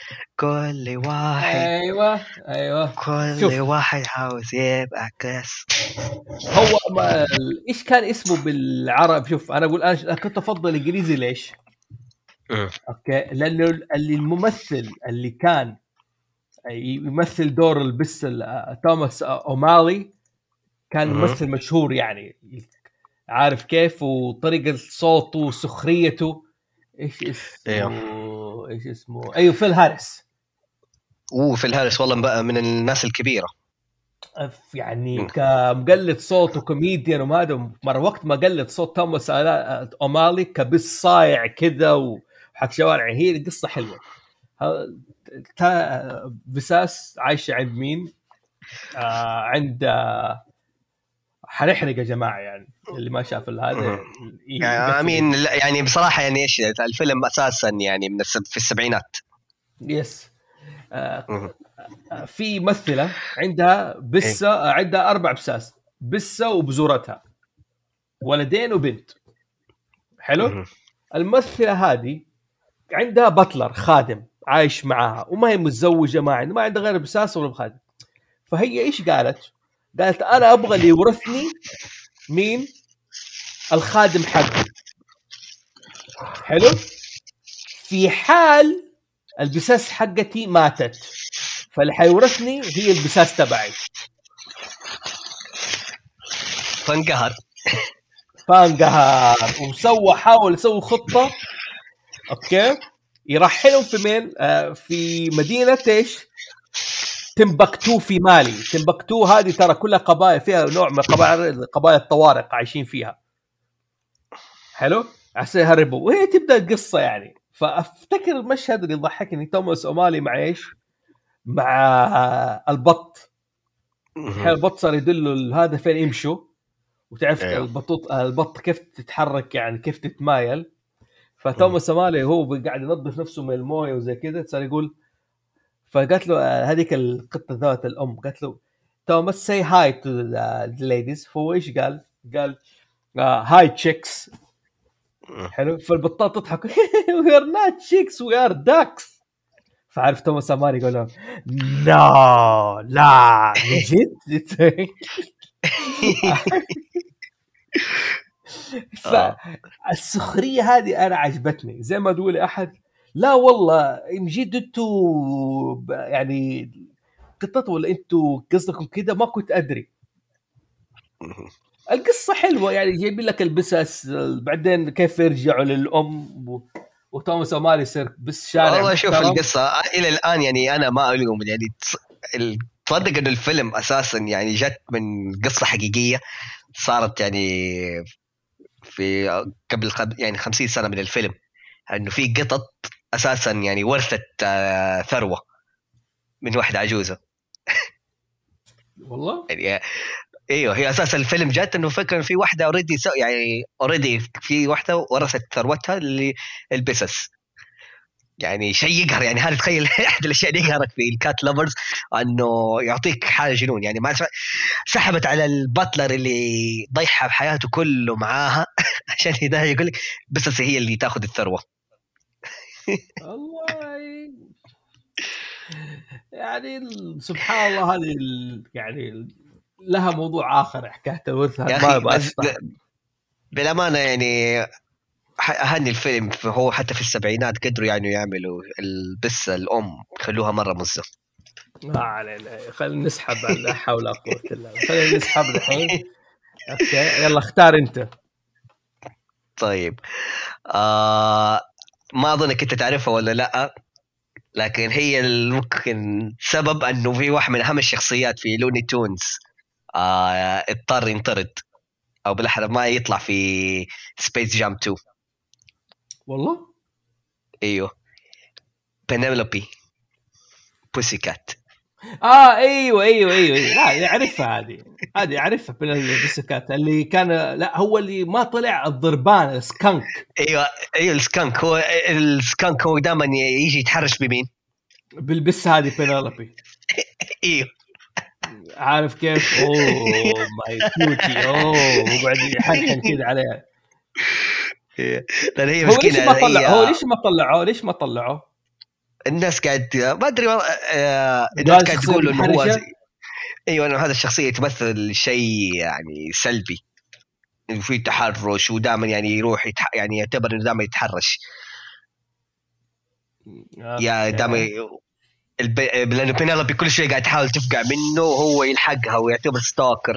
ايوه كل شوف واحد عاوز يبقى كاس. هو ما ايش كان اسمه بالعربي؟ شوف انا اقول انا كنت افضل الانجليزي. ليش؟ اوكي لانه اللي الممثل اللي كان يمثل دور البسل توماس اومالي كان ممثل مشهور، يعني عارف كيف، وطريقة صوته وسخريته. ايش اسمه ايوه فيل هاريس. في الهارس والله بقى من الناس الكبيره، يعني كمقلد صوت وكوميديان وما مره وقت ما قلد صوت توماس اومالي كبس صايع كذا وحق شوارع. هي القصه حلوه. بساس عايشه عند مين؟ عند حنحرق يا جماعه، يعني اللي ما شاف هذا يعني امين. يعني بصراحه يعني ايش الفيلم اساسا يعني من في السبعينات. يس. في ممثله عندها بسه، عندها 4 بساس، بسه وبزورتها، ولدين وبنت. حلو. الممثله هذه عندها بطلر خادم عايش معاها، وما هي متزوجه، ما عندها غير بساس ولا خادم. فهي ايش قالت انا ابغى اللي يورثني مين؟ الخادم حقي. حلو. في حال البساس حقتي ماتت، فاللي حيورثني هي البساس تبعي. فانقهر وسوى، حاول يسوي خطة اوكي يرحلهم في مين؟ في مدينة ايش؟ تمبكتو في مالي. تمبكتو هذه ترى كلها قبائل، فيها نوع من قبائل الطوارق عايشين فيها. حلو. عشان يهربوا وهي تبدا القصه يعني. فافتكر المشهد اللي يضحكني توماس اومالي مع ايش؟ مع البط. البط صار يدل هذا فين يمشوا، وتعرف البط كيف تتحرك، يعني كيف تتمايل. فتوماس اومالي هو قاعد ينظف نفسه من المويه وزي كذا، صار يقول، فقالت له هذيك القطه ذات الام، قالت له توماس say hi to the ladies. فهو ايش قال هاي تشيكس. حلو. فالبطاط تضحك we are not chicks we are ducks. فعرف توماس اماري يقول له لا من جد. آه. فالسخريه هذه انا عجبتني. زي ما تقول احد لا والله ان جد انتوا يعني قطط ولا انتوا قصدكم كده، ما كنت ادري. القصه حلوه يعني، جايبين لك البسس بعدين كيف يرجعوا للام وتوماس اوماري يصير بس شارع والله شوف محترم. القصة إلى الآن يعني أنا ما ألوم يعني تصدق إنه الفيلم أساسا يعني جت من قصة حقيقية صارت يعني في قبل يعني 50 سنة من الفيلم، إنه في قطط أساسا يعني ورثت ثروة من واحدة عجوزة والله يعني. ايوه هي اساس الفيلم جات انه فكر في واحده اوريدي يعني اوريدي في واحده ورثت ثروتها للبسس. يعني شيء يقهر يعني، هذا تخيل احد الاشياء اللي يقهرك في الكات لافرز انه يعطيك حاله جنون يعني. ما سحبت على الباتلر اللي ضيعها بحياته كله معاها عشان يقول لك بسس هي اللي تاخذ الثروه. والله يعني سبحان الله، هذه يعني لها موضوع اخر حكايه الورث يا هذا، ما اخي ابغى بس اشطح. بالامانه يعني اهني الفيلم هو حتى في السبعينات قدروا يعني يعملوا البسه الام خلوها مره مزه. ما علينا، خلينا نسحب على لا حول ولا قوه الا بالله. خلينا نسحب الحين. اوكي يلا اختار انت. طيب ما اظنك انت تعرفها ولا لا، لكن هي ممكن سبب انه في واحد من اهم الشخصيات في لوني تونز اضطر ينطرد او بالاحرى ما يطلع في سبيس جام 2. والله ايوه بنيلوبي بوسي كات. ايوه لا يعرفها، هذه اعرفها من البسكات اللي كان. لا هو اللي ما طلع الضربان السكانك. ايوه السكانك هو دائما يجي يتحرش بمين؟ بالبسه هذه بينالوبي. ايوه عارف كيف؟ اوه ماي كيوتي، اوه وقعد يحنحن كذا عليها. إيه. لان هي هو ليش مسكينه ما طلع؟ هو هي ليش ما طلعوا؟ الناس قاعد ما ادري الناس قال قاعد شخصيه تقول انه هو متحرشه. ايوه انه هذا الشخصيه تمثل شيء يعني سلبي، في تحرش ودائما يعني يروح يعني يعتبر انه دائما يتحرش يا دائما اوكي لانه بينيلوبي كل شيء قاعد تحاول تفقع منه وهو يلحقها ويعتبر ستوكر.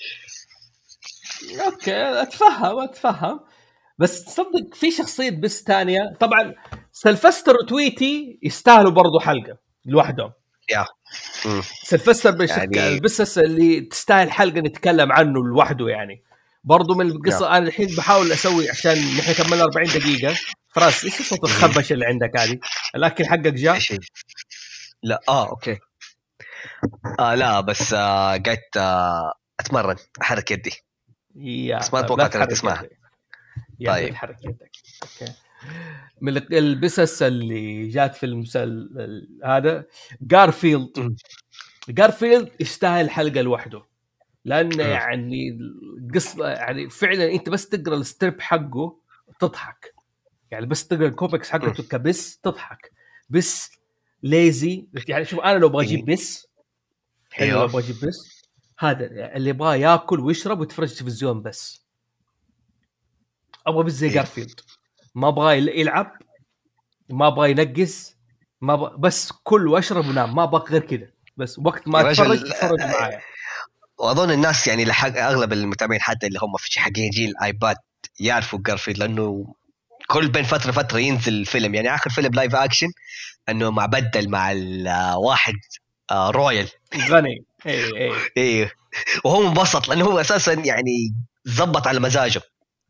اتفهم. بس تصدق في شخصيه بس ثانيه طبعا، سلفستر وتويتي يستاهلوا برضو حلقه لوحدهم. يا سلفستر يعني البسس اللي تستاهل حلقه نتكلم عنه لوحده يعني. برضو من يا القصه انا الحين بحاول اسوي عشان نحن كملنا 40 دقيقه. خلاص ايش صوت الخربشه اللي عندك هذه؟ الاكل حقك جاء؟ شيء لا اوكي لا بس قعدت اتمرن احرك يدي يا بس ما طيب لا توقعت انك تحرك تسمعها. يدك. يا لا طيب تحرك يدك. اوكي. من البسس اللي جات في المسلسل هذا جارفيلد. م- جارفيلد يستاهل حلقه لوحده، لان م- يعني القصه يعني فعلا انت بس تقرا الستريب حقه تضحك. يعني بس تقرا الكوميكس م- حقته كبس تضحك. بس ليزي يعني. شوف انا لو ابغى إيه. اجيب بس حلو، لو ايوه ابغى اجيب بس هذا اللي يبغى ياكل ويشرب ويتفرج تلفزيون بس. ابغى بس زي ايوه جارفيلد، ما ابغى يلعب، ما ابغى ينقز، ما أبغى بس كل واشرب ونام، ما ابغى غير كذا. بس وقت ما يا اتفرج رجل تتفرج معايا. واظن الناس يعني اغلب المتابعين حتى اللي هم في حقين جيل ايباد يعرفوا جارفيلد لانه كل بين فتره ينزل فيلم. يعني اخر فيلم لايف اكشن انه مع بدل مع الواحد رويال. غني اي. ايه وهو انبسط لانه هو اساسا يعني زبط على مزاجه.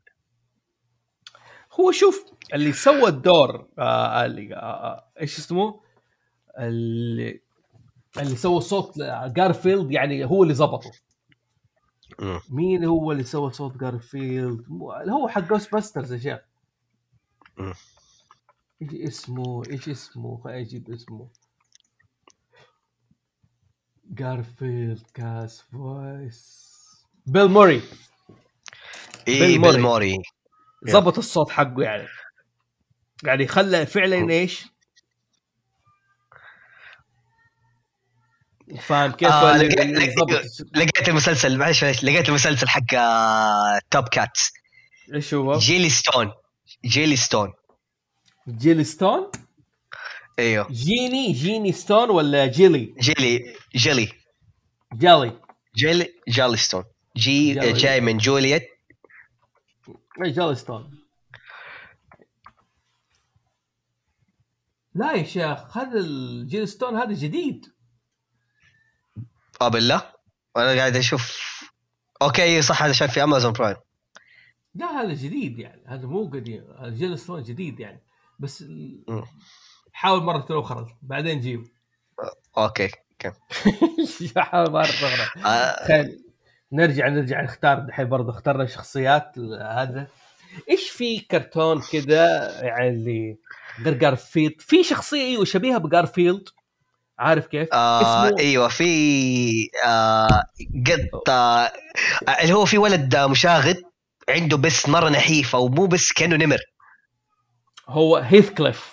هو شوف اللي سوى الدور اللي ايش اسمه اللي سوى صوت جارفيلد يعني هو اللي زبطه. م- مين هو اللي سوى صوت جارفيلد؟ اللي هو حق جوست باسترز يا شيخ. م. ايش اسمه خليني اجيب اسمه. جارفيلد كاس فويس بيل موري. ايه بيل موري بالموري. يا. زبط الصوت حقه يعني خلى فعلا ايش فاهم كيف اللي زبط. لقيت المسلسل معلش لقيت المسلسل حق توب كاتس ايش هو؟ جيلي ستون. جيلي ستون. جيلي ستون. ايوه جيني ستون ولا جيلي؟ جيلي جالي. جالي ستون. جالي. جاي من جوليت. اي جالي ستون. لا يا شيخ، هذا الجيلي ستون هذا جديد. بالله انا قاعد اشوف. اوكي صح، هذا شايف في امازون برايم. لا هذا جديد يعني، هذا مو قديم، هذا جيلي ستون جديد يعني. بس حاول مرة أخرى بعدين جيب. اوكي حاول مرة أخرى. خل نرجع نختار الحين. برضه اخترنا شخصيات هذا. ايش في كرتون كذا يعني اللي غير جارفيلد؟ في شخصية ايوه شبيهة بجارفيلد، عارف كيف؟ اسمه ايوه في قط اللي هو في ولد مشاغب عنده بس مرة نحيفة ومو بس كأنه نمر. هو هيثكليف.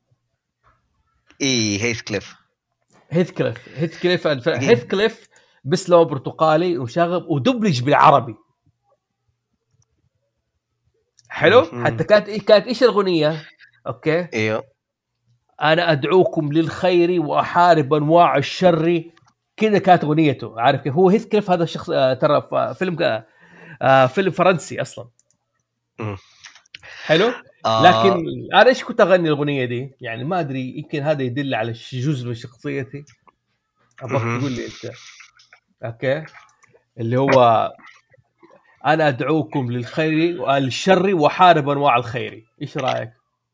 هيثكليف. هيثكليف بس لو برتقالي وشاغب ودبلج بالعربي. حلو. حتى كانت ايش الاغنيه؟ اوكي. ايوه انا ادعوكم للخير واحارب انواع الشر. كذا كانت اغنيته. عارف كيف؟ هو هيثكليف هذا الشخص ترى فيلم فيلم فرنسي اصلا. حلو. لكن انا ايش كنت اغني الاغنيه دي يعني؟ ما ادري، يمكن هذا يدل على جزء من شخصيتي. ابغاك تقول لي انت. اوكي. اللي هو انا ادعوكم للخير والشر وحارب انواع الخير. ايش رايك؟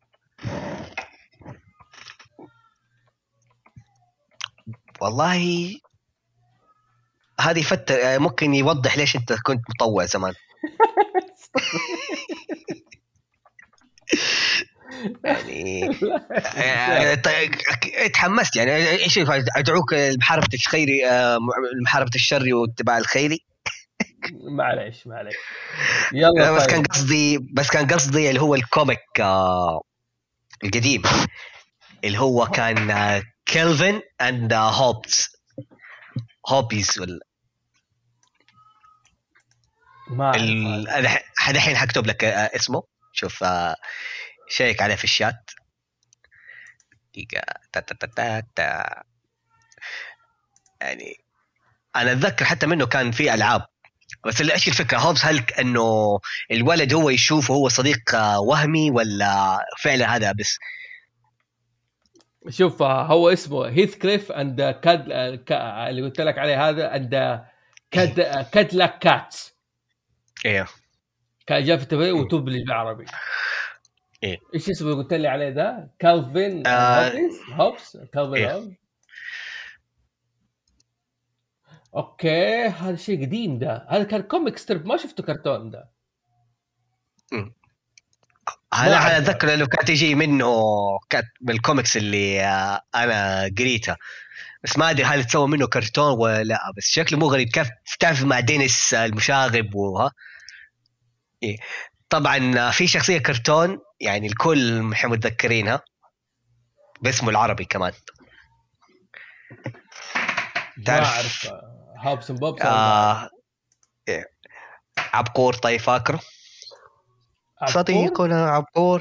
والله هذه فترة ممكن يوضح ليش انت كنت مطوع زمان. يعني اتحمست يعني. ايش ادعوك لمحاربة الخير، محاربة الشر واتباع الخير. معليش يلا. بس طيب. كان قصدي اللي هو الكوميك القديم اللي هو كان كيلفن اند هوبيز ولا ما هذا الحين حكتب لك اسمه. شوف شيك عليه في الشات. يعني انا اتذكر حتى منه كان في العاب. بس ايش الفكره هوبس؟ هل انه الولد هو يشوفه هو صديق وهمي ولا فعلا هذا بس؟ شوف هو اسمه هيثكليف اند كاد اللي قلت لك عليه هذا اند كادلاك كاتس. ايوه كان جاء في التبرير وتبلج بالعربي. ايه ايش اسمه قلت لي عليه ده؟ كالفين هوبس. كالفين هوبس. اوكي هذا شيء قديم ده. هذا كان كوميك ستريب، ما شفته كرتون ده. انا اتذكر انه كانت تجي منه كانت بالكوميكس اللي انا قريتها. بس ما ادري هل تسوى منه كرتون ولا لا. بس شكله مو غريب. كيف تعرف مع دينيس المشاغب وها. إيه. طبعا في شخصيه كرتون يعني الكل متذكرينها باسمه العربي كمان. تعرف هابس اند بوبس؟ إيه. عبقور. طيب فاكره صديقنا عبقور.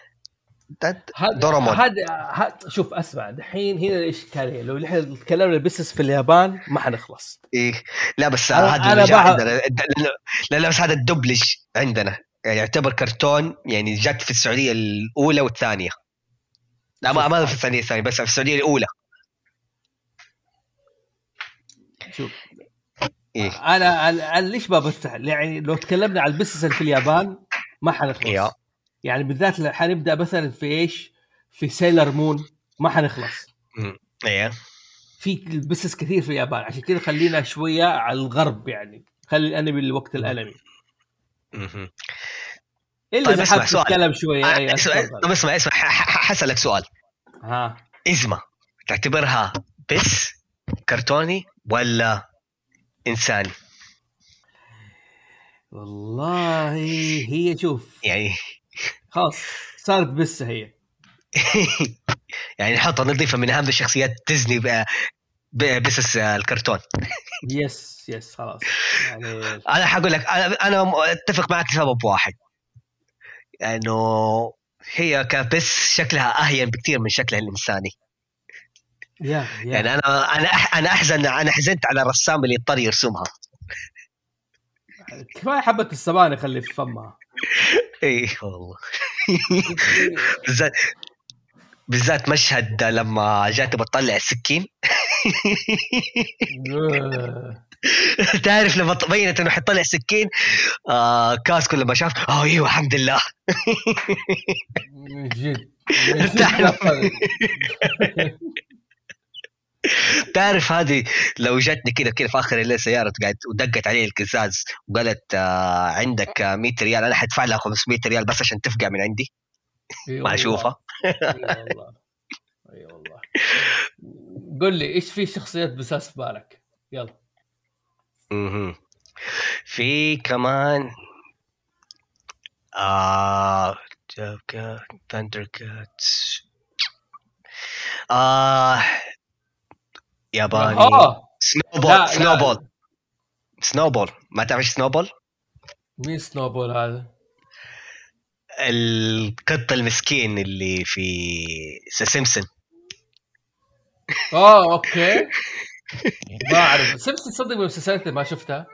هذا شوف اسمع دحين هنا الاشكاليه. لو نحن تكلمنا بزنس في اليابان ما حنخلص. إيه. لا بس هذا اللي جاء عندنا لا بس هذا الدبلج عندنا يعني يعتبر كرتون يعني جت في السعوديه الاولى والثانيه. لا ما في الثانيه بس في السعوديه الاولى. شوف إيه؟ انا ليش ما بفتح يعني؟ لو تكلمنا على البزنس في اليابان ما حنخلص. إيه. يعني بالذات حنبدا مثلا في ايش؟ في سيلر مون ما حنخلص. ايه في البزنس كثير في اليابان. عشان كذا خلينا شويه على الغرب يعني. خلي الانمي للوقت الانمي. طيب اسمع سؤال. تتكلم شويه. طيب اسمع حسألك سؤال. إزمة تعتبرها بس كرتوني ولا إنساني؟ والله هي شوف يعني خلاص صارت بس هي يعني نحطها نضيفها من أهم الشخصيات ديزني بس الكرتون. يس خلاص يعني. أنا حقول لك أنا أتفق معك لسبب واحد. لانه هي بس شكلها اهين بكثير من شكلها الانساني. يا يعني انا حزنت على الرسام اللي اضطر يرسمها. كفايه حبه السبانخ اللي في فمها. اي والله. بالذات بالذات مشهد لما جات بتطلع السكين. تعرف لما بينت انه حيطلع سكين، كاسكو لما شاف ايوه الحمد لله. من جد من جد تعرف لقد. تعرف هذه لو جتني كده في اخر الليل سياره قاعد ودقت علي القزاز وقالت عندك 100 ريال، انا حدفع لها 500 ريال بس عشان تفقع من عندي. اي ما اشوفها. اي والله اي والله. قل لي ايش في شخصيات بساس في بالك؟ يلا. مهم. في كمان ثاندر كاتس، ياباني. اه لا سنوبول. لا، سنوبول، ما تعرف سنوبول؟ مين سنوبول هذا؟ القط المسكين اللي في سيمسون. اوكي. ما اعرف سمسم، تصدق من المسلسلات اللي ما شفتها.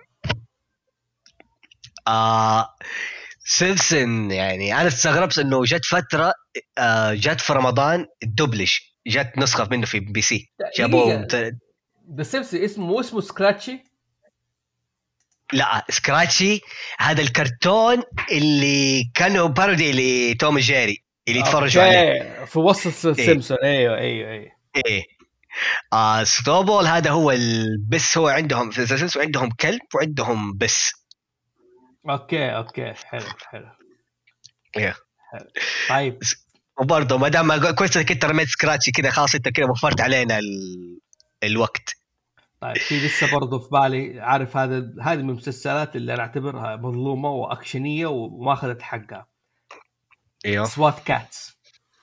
سيمسون يعني انا استغربت انه جت فتره، جت في رمضان الدبلج، جت نسخه منه في بي سي جابوهم دقيقه، ده سمسم اسمه سكراتشي. لا سكراتشي هذا الكرتون اللي كانوا بارودي لتوم جيري اللي يتفرجوا عليه. اوكي في وسط ايه سيمسون. ايوه ايوه ايوه. ايه. سنوبول هذا هو بس هو عندهم في سيمسون عندهم كلب وعندهم بس. اوكي اوكي حلو حلو ايه. حلو. طيب وبرضه ما دام كويس انك انت رميت سكراتشي كده، خلاص انت كده وفرت علينا الوقت. طيب في لسه برضه في بالي، عارف هذه من المسلسلات اللي انا اعتبرها مظلومه واكشنيه وما اخذت حقها. ايوه. سوات كاتس.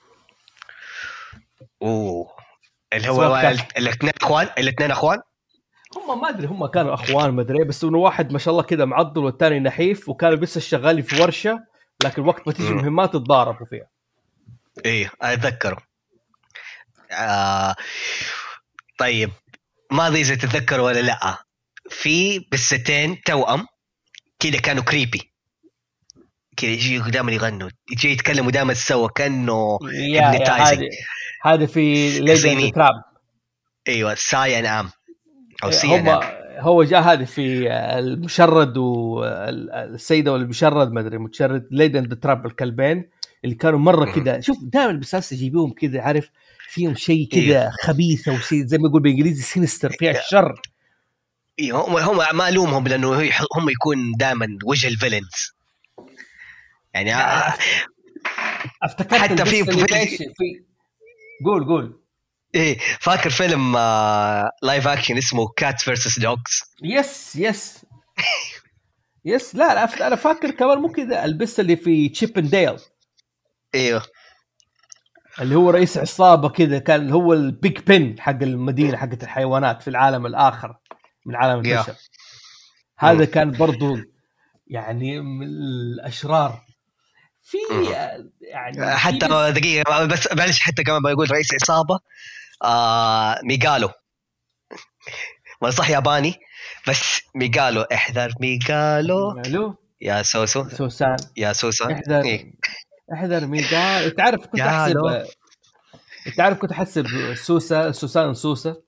اوه اللي سوات هو كاتس الاثنين اخوان. هم ما ادري هم كانوا اخوان ما ادري، بس انه واحد ما شاء الله كده معضل والثاني نحيف، وكانوا لسه شغالين في ورشه، لكن وقت ما تيجي مهمات تتضاربوا فيها. ايه اتذكره. آه طيب، ما ادري اذا تتذكر ولا لا، في بستين توأم كذا كانوا كريبي كذا، يجي دائما يغنوا، يجي يتكلموا دائما سوا كانه يا هيبنتايزنج. هذه في ليجند كصيني. تراب. ايوه ساي ان ام او سي ان هم ام. هو جاء هذه في المشرد والسيده والمشرد ما ادري متشرد ليجند تراب، الكلبين اللي كانوا مره كذا. شوف دائما بس يجيبوهم كذا، عارف فيهم شيء ايوه كذا خبيث او شيء زي ما يقول بالانجليزي سينستر، فيها الشر. ايوه. هم ما الومهم لانه هم يكون دائما وجه الفيلنز يعني. افتكرت حتى البس اللي ماشي في. قول. ايه فاكر فيلم لايف اكشن اسمه كات فيرسس دوجز. يس يس. لا انا فاكر كمان مو كذا البس اللي في تشيب اند ديل، ايوه اللي هو رئيس عصابه كذا، كان هو البيج بن حق المدينه حقت الحيوانات في العالم الاخر من عالم يا البشر. هذا كان برضو يعني من الاشرار في يعني في حتى بس. دقيقة بس معلش، حتى كمان بقول رئيس عصابة ميغالو، ما صح ياباني بس ميغالو، احذر ميغالو الو يا سوسو. سوسان. يا سوسان احذر ايه احذر ميقال. يالو. تعرف كنت احسب سوسان سوسة.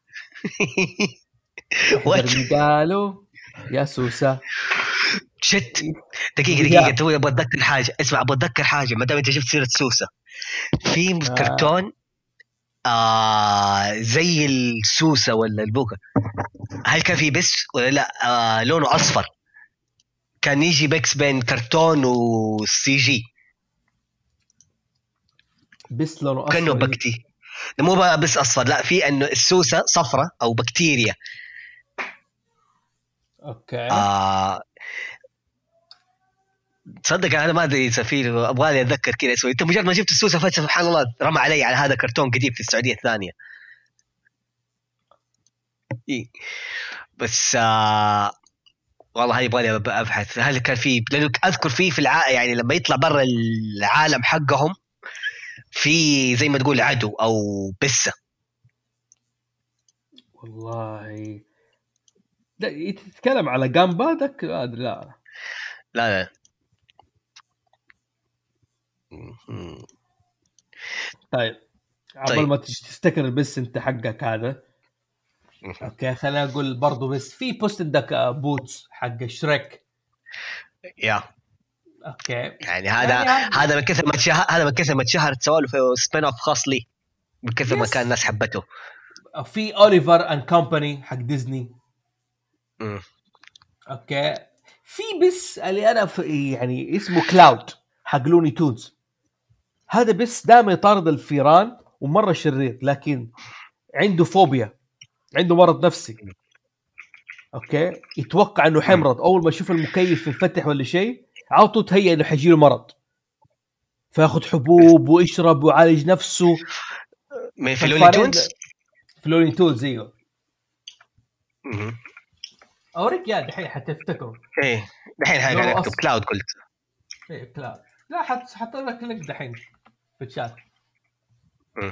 احذر وات ميقالو يا سوسة. شت. دقيقة يا توي ابغى اتذكر حاجة، اسمع ابغى اتذكر حاجة ما دام انت شفت سيرة سوسة. في كرتون زي السوسة ولا البوكا، هل كان في بس ولا لا؟ لونه اصفر، كان يجي ميكس بين كرتون وسي جي، بس لونه كانه اصفر. بكتي. مو بقى بس اصفر، لا في انه السوسه صفرة او بكتيريا. اوكي آه تصدق انا ما ادري اذا في، ابغالي اتذكر كذا اسمه. انت مجرد ما جبت السوسه فجاه سبحان الله رمى علي على هذا كرتون قديم في السعوديه الثانيه. إيه. بس والله يبغى لي ابحث هل كان في، لانه اذكر فيه في يعني لما يطلع برا العالم حقهم في زي ما تقول عدو او بسه. والله لا تتكلم على جامبا ذاك لا. لا. طيب عبال طيب. ما تفتكر بس انت حقك هذا. اوكي خلينا اقول برضو بس في بوست عندك بوتس حق شريك. يا اوكي يعني يعني هذا، هذا من كثر ما تشهر، هذا من كثر ما تشهر تسوى له سبين اوف خاص لي، من كثر ما كان يس. الناس حبته. في اوليفر اند كومباني حق ديزني. مم. اوكي في بس اللي انا يعني اسمه كلاود حق لوني تونز. هذا بس دائما يطارد الفيران ومره شرير، لكن عنده فوبيا، عنده مرض نفسي. اوكي يتوقع انه مم. حمرض اول ما يشوف المكيف ينفتح ولا شيء، عاطو تهيأ انه حيجيله مرض، فياخذ حبوب ويشرب ويعالج نفسه. من في لوني فالفارين تونز. في لوني تونز زيه. مم. اوريك يا دحين حتفتكره. ايه الحين هاي قاعد لونه اكتب اصفر. كلاود قلت. ايه كلاود. لا حط لك لينك دحين في الشات. مم.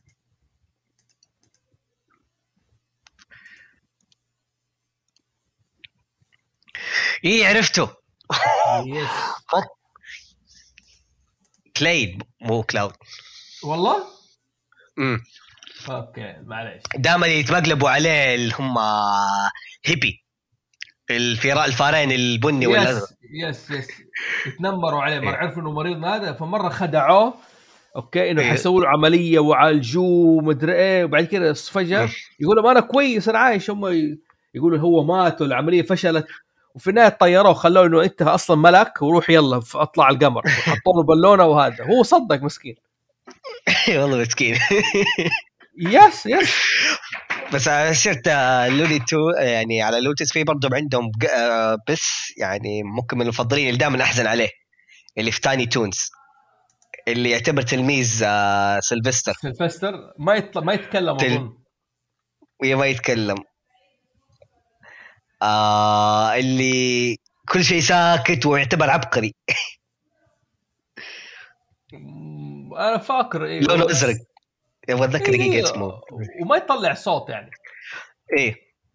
ايه عرفته. يس. كلايد مو كلاود. والله امم اوكي معليش. دائما يتمقلبوا عليه اللي هم هيبي، الفارين البني والازرق. يس يتنمروا عليه مره، عرفوا انه مريض هذا، فمره خدعوه. اوكي انه إيه. حيسووا له عمليه وعالجوه مدري ايه، وبعد كده مم. فجاه يقولوا ما انا كويس انا عايش. هم يقولوا هو مات والعمليه فشلت، وفي النهايه طيروه وخلوه انه انت اصلا ملك وروح يلا اطلع على القمر، وحطوا له بالونه وهذا هو صدق مسكين. والله مسكين. يس. بس شفت لوني تو يعني على لوتس في برضه عندهم بس يعني ممكن من المفضلين اللي دائما احزن عليه، اللي في تاني تونز، اللي يعتبر تلميذ سيلفستر. سيلفستر ما يتكلم اظن. ويا ما يتكلم. اللي كل شيء ساكت ويعتبر عبقري. انا فاكر ايوه لونه ازرق. بس. يبغى اتذكر دقيقه ايه اسمه. وما يطلع صوت يعني. ايه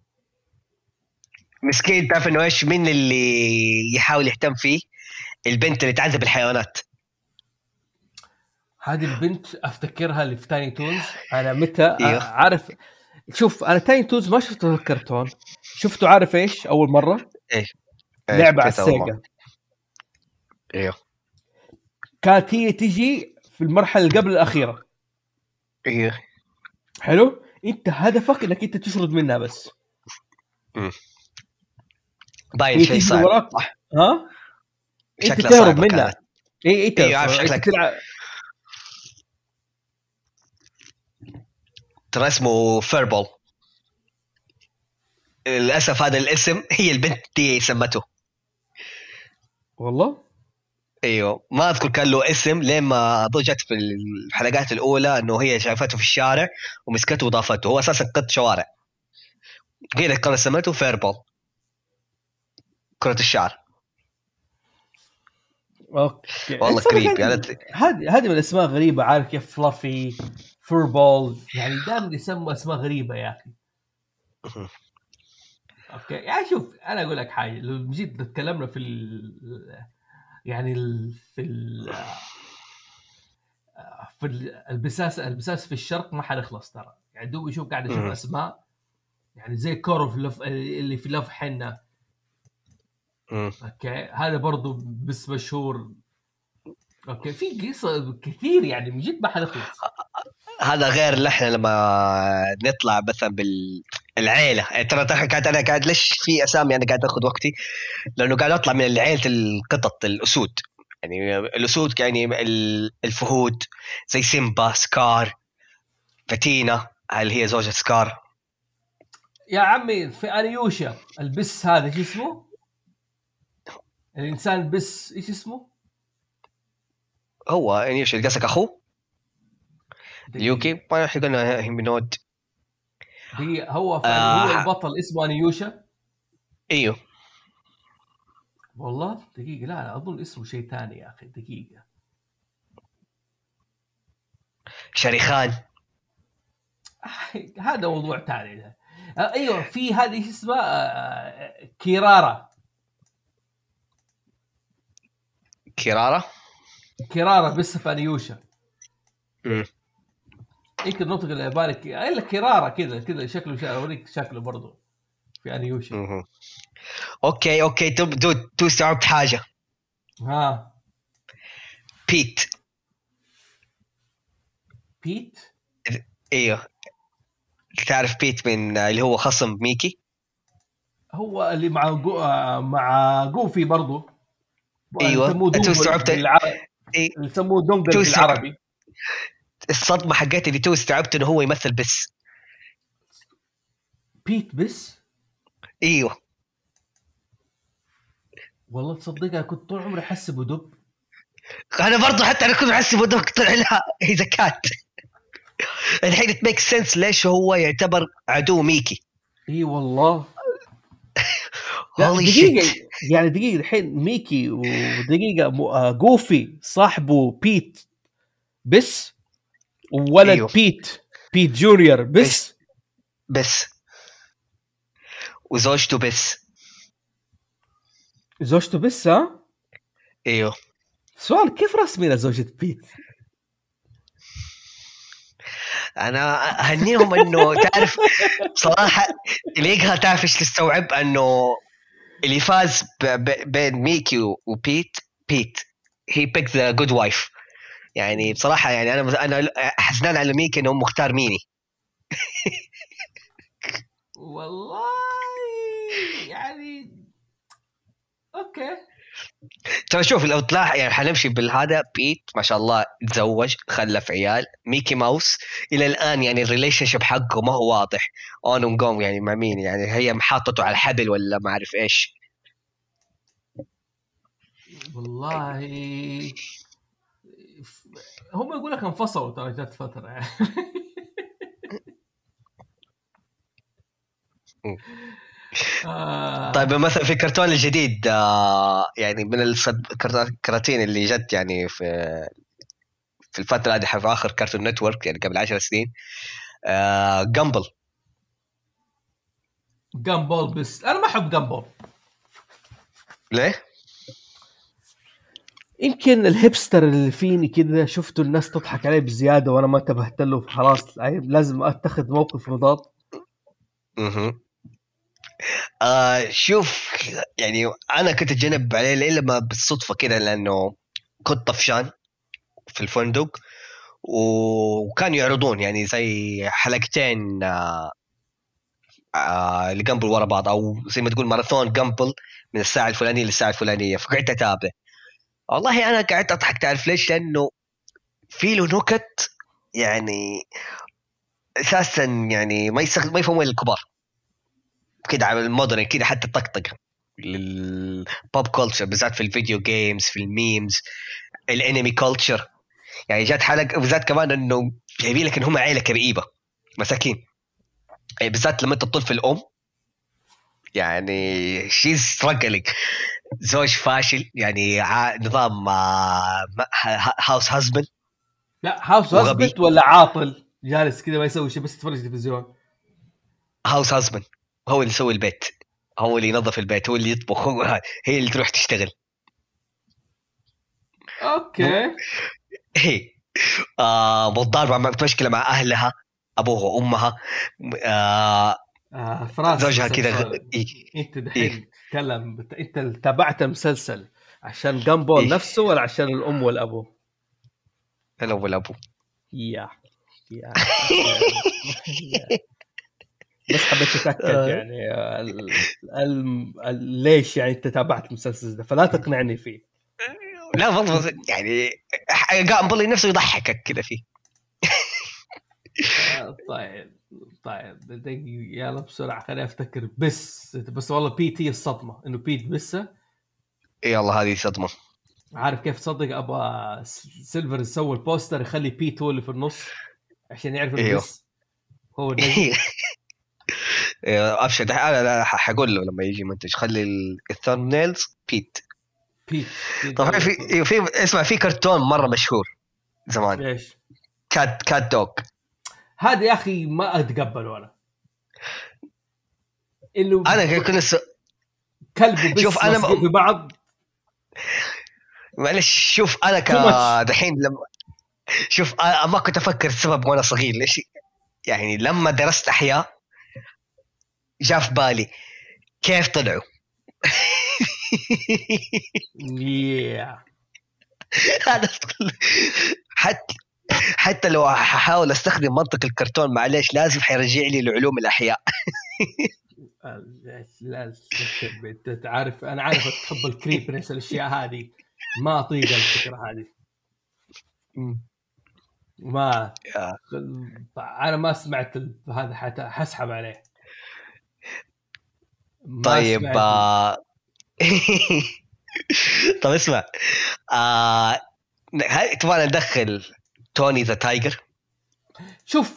مسكين. تعرف انه ايش مين اللي يحاول يهتم فيه؟ البنت اللي تعذب الحيوانات. هذه البنت افتكرها اللي في تايني تونز. انا متى ايوه. عارف. شوف انا تايني تونز ما شفته الكرتون، شفته عارف ايش اول مره؟ ايش ايش لعبه على كيف اول مره؟ السيجا. ايوه. كانت هي تجي في المرحله اللي قبل الاخيره. ايوه. حلو انت هدفك انك انت تشرد منها بس. مم. باين هي شيء تجي من صعب وراك. صح. ها انت شكلها تهرب صعبه منها. كانت. اي انت ايوه عارف انت شكلك. تلعب. ترى اسمه فيربول. للاسف هذا الاسم هي البنت دي سمته. والله ايوه ما اذكر كان له اسم لين ما ضجت في الحلقات الاولى انه هي شافته في الشارع ومسكته وضافته. هو اساسا قط شوارع. هي اللي كانت سمته فيربول، كرة الشعر. اوكي والله تصدق قريب يعني. هذه من الاسماء غريبه، عارف كيف؟ فلافي، فوربول، يعني دائما يسموا اسماء غريبه يا اخي. اوكي يعني شوف انا اقول لك حاجه، لو جيت تكلمنا في يعني في البساس في الشرق ما حنخلص ترى. يعني دوبي شوف قاعد اشوف اسماء يعني زي كورف اللي في لف حنه. اوكي هذا برضو بس مشهور. اوكي في قصة كثير يعني من جد ما حنخلص. هذا غير اللي احنا لما نطلع مثلا بالعيله يعني. ترى قاعد انا قاعد ليش في اسامي انا قاعد اخذ وقتي؟ لانه قاعد اطلع من عيله القطط الاسود. يعني الاسود يعني الفهود زي سيمبا، سكار، فاتينا اللي هي زوجة سكار. يا عمي في انيوشا البس هذا ايش اسمه؟ الانسان البس ايش اسمه؟ هو يعني ايش قصدك اخوه؟ دقيقة. اليوكي ما احنا قلنا هيمينود. هو آه البطل اسمه انيوشا. ايوه. والله دقيقة، لا أظن اسمه شيء ثاني يا أخي، دقيقة. شريخان. هذا موضوع ثاني ده. أيوة، في هذه إيش اسمها، كيرارا. كيرارا. كيرارا بس في أنيوشا. مم. انت النطق الياباني الا كيرارا كذا شكله، اوريك شكله برضه في انيوشا. مم. اوكي تو استوعبت حاجه. ها. بيت. بيت. ايوه. تعرف بيت من اللي هو خصم ميكي؟ هو اللي مع مع جوفي برضه، ايوه يسموه تو دونجل استوعبت. بالعربي. إيه. يسموه دونجل تو استوعبت بالعربي. الصدمه حقتي اللي تو استوعبت انه هو يمثل بس. بيت بس. ايوه. والله تصدق انا كنت طول عمري احسبه دب. انا برضو حتى انا كنت احسبه دوك، طلع لا اذا كات. الحين تميك سنس ليش هو يعتبر عدو ميكي. اي والله. لا هولي شيت. دقيقة، يعني دقيقة الحين ميكي ودقيقة جوفي صاحبه بيت بس، وولد ايوه بيت جونيور بس. بس. بس وزوجته بس. زوجته بس ها. ايوه. سؤال، كيف رسمي زوجة بيت؟ انا اهنيهم انه تعرف بصراحه تلاقيها تعرف ايش تستوعب انه اللي فاز بين ميكي وبيت. بيت هي بيك ذا جود وايف. يعني بصراحه يعني انا حزنان على ميكي انه مختار ميني. والله يعني اوكي. ترى شوف لو طلع يعني حنمشي بالهذا، بيت ما شاء الله تزوج خلف عيال. ميكي ماوس الى الان يعني الريليشن شيب حقه ما هو واضح اون وقوم يعني مع مين، يعني هي محاطته على الحبل ولا ما اعرف ايش. والله هم يقول لك انفصلوا ترى، جت فتره يعني. طيب آه. مثلا في الكرتون الجديد يعني من الكراتين اللي جت يعني في الفترة هذه في آخر كرتون نتورك يعني قبل 10 سنين، جامبل. جامبول، بس انا ما احب جامبول. ليه؟ يمكن الهيبستر اللي فيني كذا شفته الناس تضحك عليه بزياده وانا ما انتبهت له، خلاص لازم اتخذ موقف مضاد. مه. شوف يعني أنا كنت أتجنب عليه إلا ما بالصدفة كده، لأنه كنت طفشان في الفندق وكانوا يعرضون يعني زي حلقتين لجامبل ورا بعض، او زي ما تقول ماراثون جامبل من الساعه الفلانيه للساعه الفلانيه، فقعدت اتابع. والله انا قعدت اضحك، تعرف ليش؟ لانه في له نكت يعني اساسا يعني ما يفهمون الكبار كده على المودرن كده، حتى الطقطقه للبوب كولتشر بالذات في الفيديو جيمز في الميمز الانمي كولتشر. يعني جات حلقه بالذات كمان انه جايبين لك ان هم عيله كئيبه مساكين، يعني بالذات لما انت تطل في الام يعني شيز ستراجلينج. زوج فاشل يعني نظام هاوس هازبند لا هاوس وغبي. هازبنت ولا عاطل جالس كذا ما يسوي شيء بس يتفرج تلفزيون. هاوس هازبند هو اللي يسوي البيت، هو اللي ينظف البيت، هو اللي يطبخ، هي اللي تروح تشتغل. اوكي. هي متضاربة مشكلة مع أهلها أبوها وأمها. آه فراس زوجها بسألك كذا سؤال. إيه. انت إيه. دحين تتكلم انت تابعت المسلسل عشان جامبول إيه. نفسه ولا عشان الام والابو؟ أنا والأبو. يا اوكي. بس حبيت اتاكد آه يعني ليش يعني انت تابعت المسلسل ده، فلا تقنعني فيه. لا والله يعني قام نفسه يضحكك كذا فيه. طيب. طيب يلا بسرعه خليني افتكر. بس والله بي تي الصدمه انه بيت بس. يلا هذه صدمة. عارف كيف تصدق ابغى سيلفر يسوي البوستر يخلي بيت هو اللي في النص عشان يعرف انه ايوه. بس هو النجم. ابشر انا حقول له لما يجي منتج خلي الثامب نيلز بيت. بيت طبعا أيوة. في اسمع، في كرتون مره مشهور زمان، ايش كات دوغ. هذا يا اخي؟ ما اتقبله انا انه انا كل كلب شوف وبس انا لاصقين في بعض. معلش، شوف انا تو ماتش. دحين لما شوف أنا ما كنت افكر السبب وانا صغير ليش، يعني لما درست احياء جاء في بالي كيف طلعوا. هذا حتى حتى لو ححاول استخدم منطق الكرتون معلش لازم حيرجع لي لعلوم الاحياء. لا انت عارف، انا عارفك تحب الكريبنس الاشياء هذه، ما اطيق الفكره هذه. ما انا ما سمعت هذا حتى حسحب عليه. ما طيب سمعت. طب اسمع، هل تبغى ندخل توني ذا تايجر؟ شوف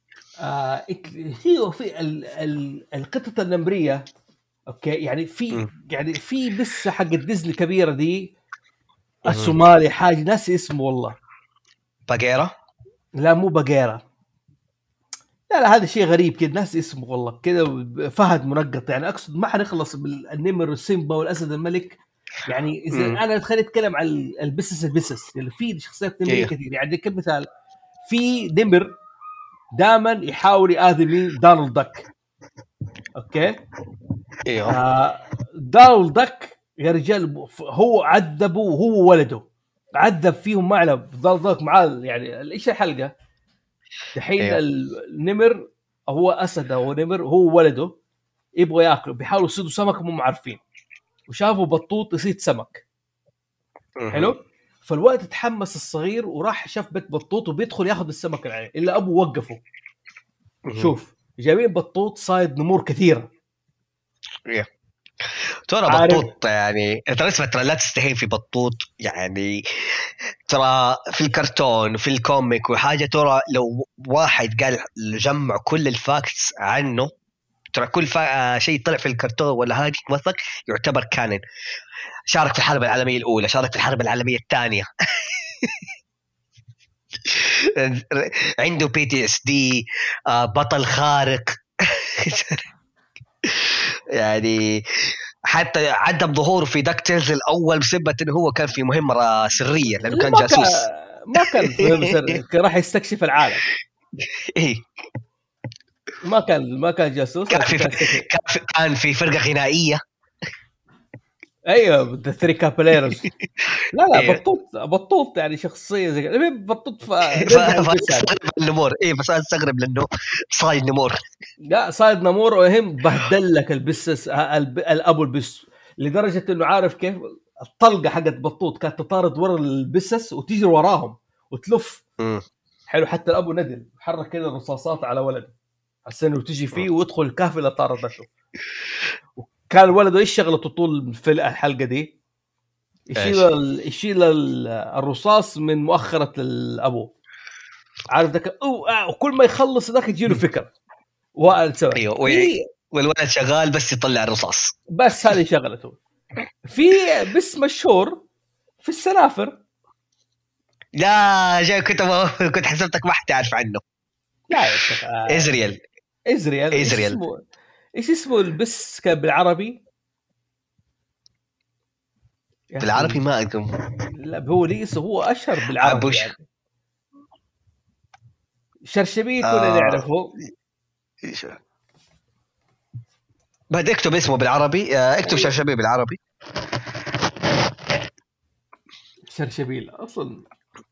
في القطط النمريه، اوكي يعني في بس حق ديزني كبيره دي، الصومالي حاجه ناسي اسمه والله. باجيرا؟ لا مو بقيره، لا هذا شيء غريب كده، ناس اسمه والله كده فهد منقط. يعني اقصد ما حنخلص بالنمر والسيمبا والاسد الملك. يعني اذا انا خليني اتكلم عن البسس اللي في شخصيات نمريه كثير. يعني كمثال في نمر دائما يحاول يآذي مين؟ دونالد دك. اوكي دونالد دك يا رجال هو عذبه وهو ولده، عذب فيهم معنا دونالد دك معاه. يعني ايش الحلقه دحين النمر هو اسد او نمر هو ولده يبغوا ياكلوا، بيحاولوا يصيدوا سمك مو عارفين، وشافوا بطوط يصيد سمك. حلو. فالوقت تحمس الصغير وراح شاف بيت بطوط وبيدخل ياخذ السمك العين، الا ابو وقفه. شوف جايبين بطوط صايد نمور كثيره. ترى بطوط يعني ترى لا تستهين في بطوط، يعني ترى في الكرتون وفي الكوميك وحاجه، ترى لو واحد قال جمع كل الفاكتس عنه، ترى كل شيء طلع في الكرتون ولا هاجي وثق يعتبر كانن. شارك في الحرب العالميه الاولى، شارك في الحرب العالميه الثانيه. عنده PTSD، بطل خارق. يعني حتى عدم ظهوره في داك تيلز الاول بسبب انه هو كان في مهمه سريه لانه كان جاسوس. ما كان راح يستكشف العالم. ايه ما كان جاسوس، كان في فرقه غنائيه. ايوه ذا ثري كابليرز. لا إيه. بطوط يعني شخصيه زي كذا بطوط فاستغرب النمور. ايه بس انا استغرب لانه صايد نمور. لا صايد نمور وهم بهدل لك البسس الابو البس، لدرجه انه عارف كيف الطلقه حقت بطوط كانت تطارد ورا البسس وتجري وراهم وتلف. حلو. حتى الابو ندل حرك كده رصاصات على ولده عشان انه تجي فيه ويدخل الكافله طاردته. كان ولده ايش شغلته طول في الحلقه دي؟ يشيل الرصاص من مؤخره الابو. عارف ذاك وكل ما يخلص ذاك يجيله فكره وسوى. ايوه والولد شغال بس يطلع الرصاص بس هذه شغلته. في بس مشهور في السنافر. لا جاي كنت حسبتك ما حتعرف عنه. لا يا شيخ إزريل. ايش اسمه البس كان بالعربي؟ بالعربي ما أقدم. لا هو ليس هو اشهر بالعربي يعني. شرشبيل كلنا نعرفه. بعد اكتب اسمه بالعربي، اكتب شرشبيل بالعربي. شرشبيل اصلا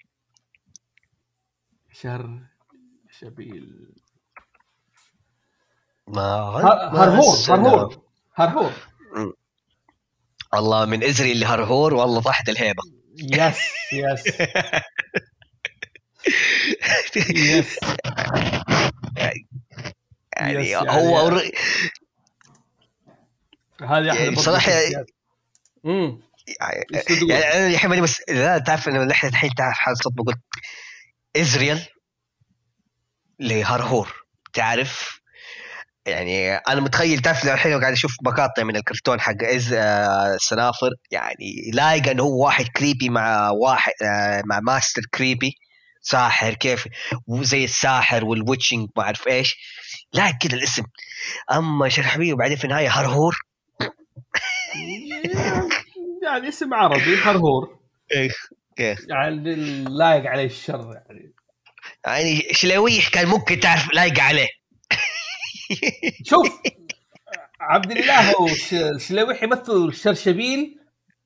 شرشبيل هرهور. والله من إزري لهرهور والله طاحت الهيبة. يس يعني هو هذه احد بصراحة يعني انا يحبني بس لا تعرف انه نحن الحين تعرف حال صوت بقول إزريل لهرهور، تعرف يعني انا متخيل تعرف الحين قاعد اشوف مقاطع من الكرتون حق سنافر، يعني لاقى انه هو واحد كريبي مع واحد مع ماستر كريبي ساحر، كيف وزي الساحر والويتشنج ما اعرف ايش، لا كذا الاسم. اما شرحبي وبعدين في النهايه هرهور. يعني اسم عربي هرهور، ايه كيف يعني لايق عليه الشر يعني شلويح كان ممكن تعرف لايق عليه. شوف عبد الله وشلويح يمثل شرشبيل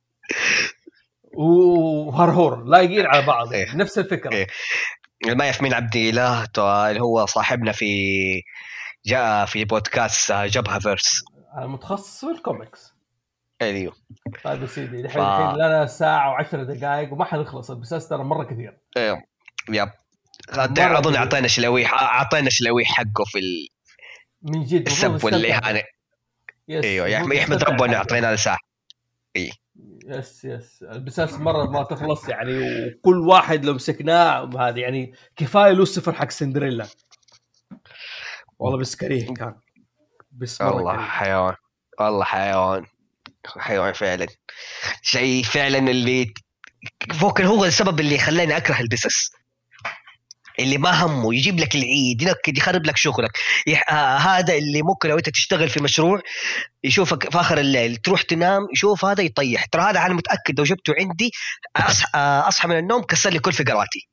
وهرهور لايقين على بعض، إيه. نفس الفكره. إيه. ما يعرف مين عبد الله اللي هو صاحبنا في جاء في بودكاست جبهة فيرس، المتخصص في الكوميكس. ايوه. طيب يا سيدي الحين لنا ساعه و10 دقائق وما حنخلص، بس ترى مره كثير. ايوه يب. اظن اعطينا شلويح حقه في من جد السب والاهانه. ايوه يحمد ربه انه اعطينا له ساعه. اي يس البساس مره ما تخلص يعني، وكل واحد لو مسكناه هذا يعني كفايه لوسيفر حق سندريلا. والله بس كريه كان، بس مره والله كريه. حيوان، والله حيوان فعلا، شيء فعلا اللي ممكن هو السبب اللي خلاني اكره البسس، اللي ما همه يجيب لك العيد ينكد يخرب لك شغلك. هذا اللي ممكن لو انت تشتغل في مشروع يشوفك في اخر الليل تروح تنام يشوف هذا يطيح. ترى هذا انا متاكد لو جبته عندي اصحى من النوم كسر لي كل فقراتي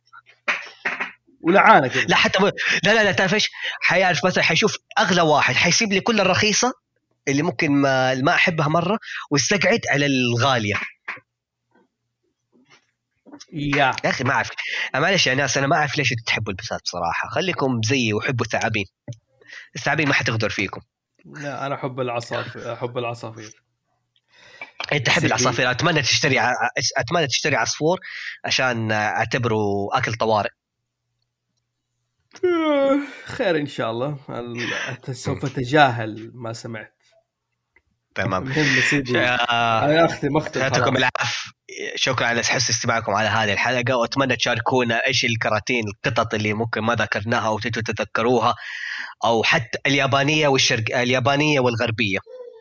ولعانه كده. لا حتى لا تعرف ايش حيعرف، مثلا حيشوف اغلى واحد حيسيب لي كل الرخيصه اللي ممكن ما احبها مره واستقعد على الغاليه. يا اخي ما اعرف، معلش يا ناس انا ما اعرف ليش تحبوا البسات بصراحه، خليكم زيي وحبوا الثعابين. الثعابين ما حتقدر فيكم. لا انا احب العصافير. انت تحب العصافير. اتمنى تشتري عصفور عشان اعتبره اكل طوارئ. خير ان شاء الله. سوف اتجاهل ما سمعت. تمام مهم سيدي. انا اختم يعطيكم العافيه. شكرا على حسن استماعكم على هذه الحلقه، واتمنى تشاركونا ايش الكراتين القطط اللي ممكن ما ذكرناها وتنتوا تتذكروها، او حتى اليابانيه اليابانيه والغربيه.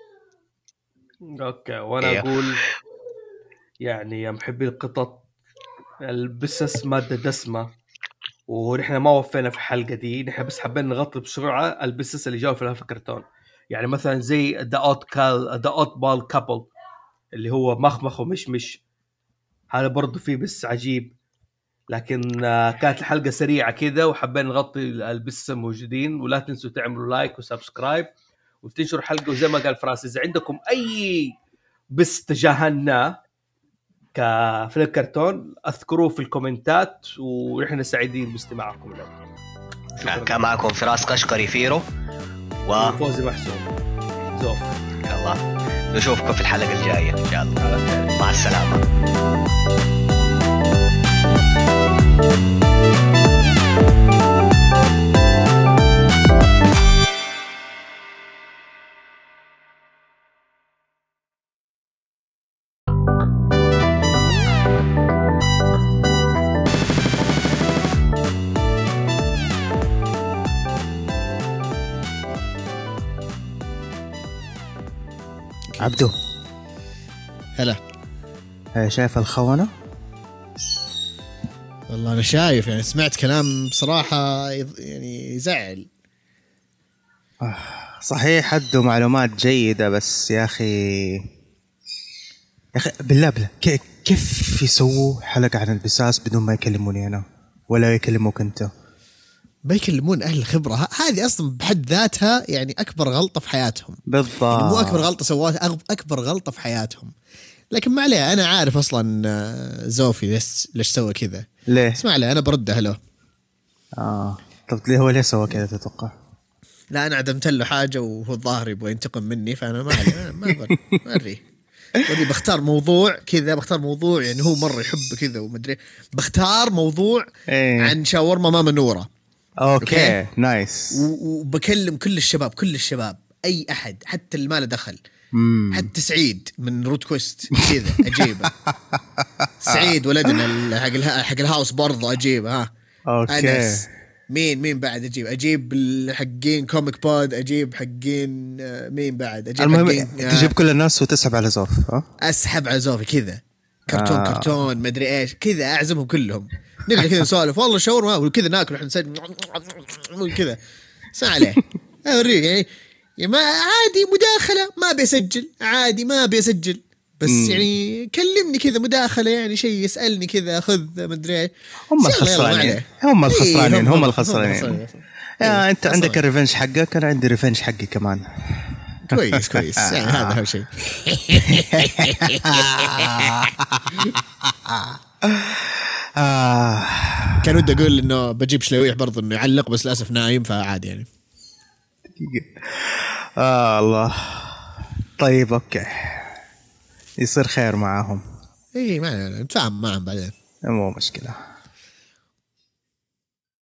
اوكي وانا اقول يعني يا محبي القطط، البسس ماده دسمه، ونحن ما وفينا في الحلقه دي، نحن بس حابين نغطي بسرعه البسس اللي جاوا في الكرتون. يعني مثلا زي ذا اوت بال كابل اللي هو مخمخ ومشمش، هذا برضو فيه بس عجيب. لكن كانت الحلقه سريعه كذا وحابين نغطي البسس الموجودين. ولا تنسوا تعملوا لايك وسبسكرايب وتنشروا الحلقه. وزي ما قال فراس اذا عندكم اي بس تجاهلنا في الكرتون اذكروه في الكومنتات، ونحن سعيدين باستماعكم لنا. كان معكم فراس قشقري فيرو وفوزي محسوم زوف. يلا نشوفكم في الحلقة الجاية إن شاء الله. مع السلامة. عبدو هلا. شايف الخونة؟ والله أنا شايف، يعني سمعت كلام بصراحة يعني يزعل. صحيح عنده معلومات جيدة، بس يا أخي بالله كيف يسووا حلقة عن البساس بدون ما يكلموني أنا ولا يكلموك أنت؟ بيكلمون أهل الخبرة. هذه أصلا بحد ذاتها يعني أكبر غلطة في حياتهم. بالضبط، يعني مو أكبر غلطة سووها، أكبر غلطة في حياتهم. لكن ما عليه، أنا عارف أصلا زوفي ليش سوى كذا. ليه؟ اسمع لي أنا برده له. طب ليه سوى كذا تتوقع؟ لا أنا عدمت له حاجة وهو الظاهر يبغى ينتقم مني، فأنا ما عليه. ما أدري بختار موضوع كذا، بختار موضوع يعني هو مرة يحب كذا ومدري، بختار موضوع عن شاورما ماما نورة. أوكي. نايس. وبكلم كل الشباب أي أحد حتى اللي ما له دخل، حتى سعيد من روت كويست كذا أجيبه. سعيد ولدنا حق الهاوس برضه أجيبه. أوكي. أنس مين بعد اجيب حقين كوميك بود، اجيب حقين مين بعد اجيب المهم حقين تجيب كل الناس وتسحب على زوف. اسحب على زوفي كذا كرتون مدري ايش كذا، اعزمهم كلهم نقعد كذا نسولف والله شاورما وكذا ناكل احنا كذا ساعة عليه اوريك يعني ما عادي مداخله ما بيسجل عادي ما بيسجل بس يعني كلمني كذا مداخله يعني شيء يسالني كذا خذ مدري هم الخسرانين هم الخسرانين. انت عندك الريفنج حقك انا عندي ريفنج حقي كمان. كويس يعني هذا هو شيء. كان ودي اقول انه بجيب شلويح برضو انه يعلق بس للاسف نايم فعادي يعني. الله طيب اوكي يصير خير معاهم. ما نتفاهم معهم بعدين مو مشكلة.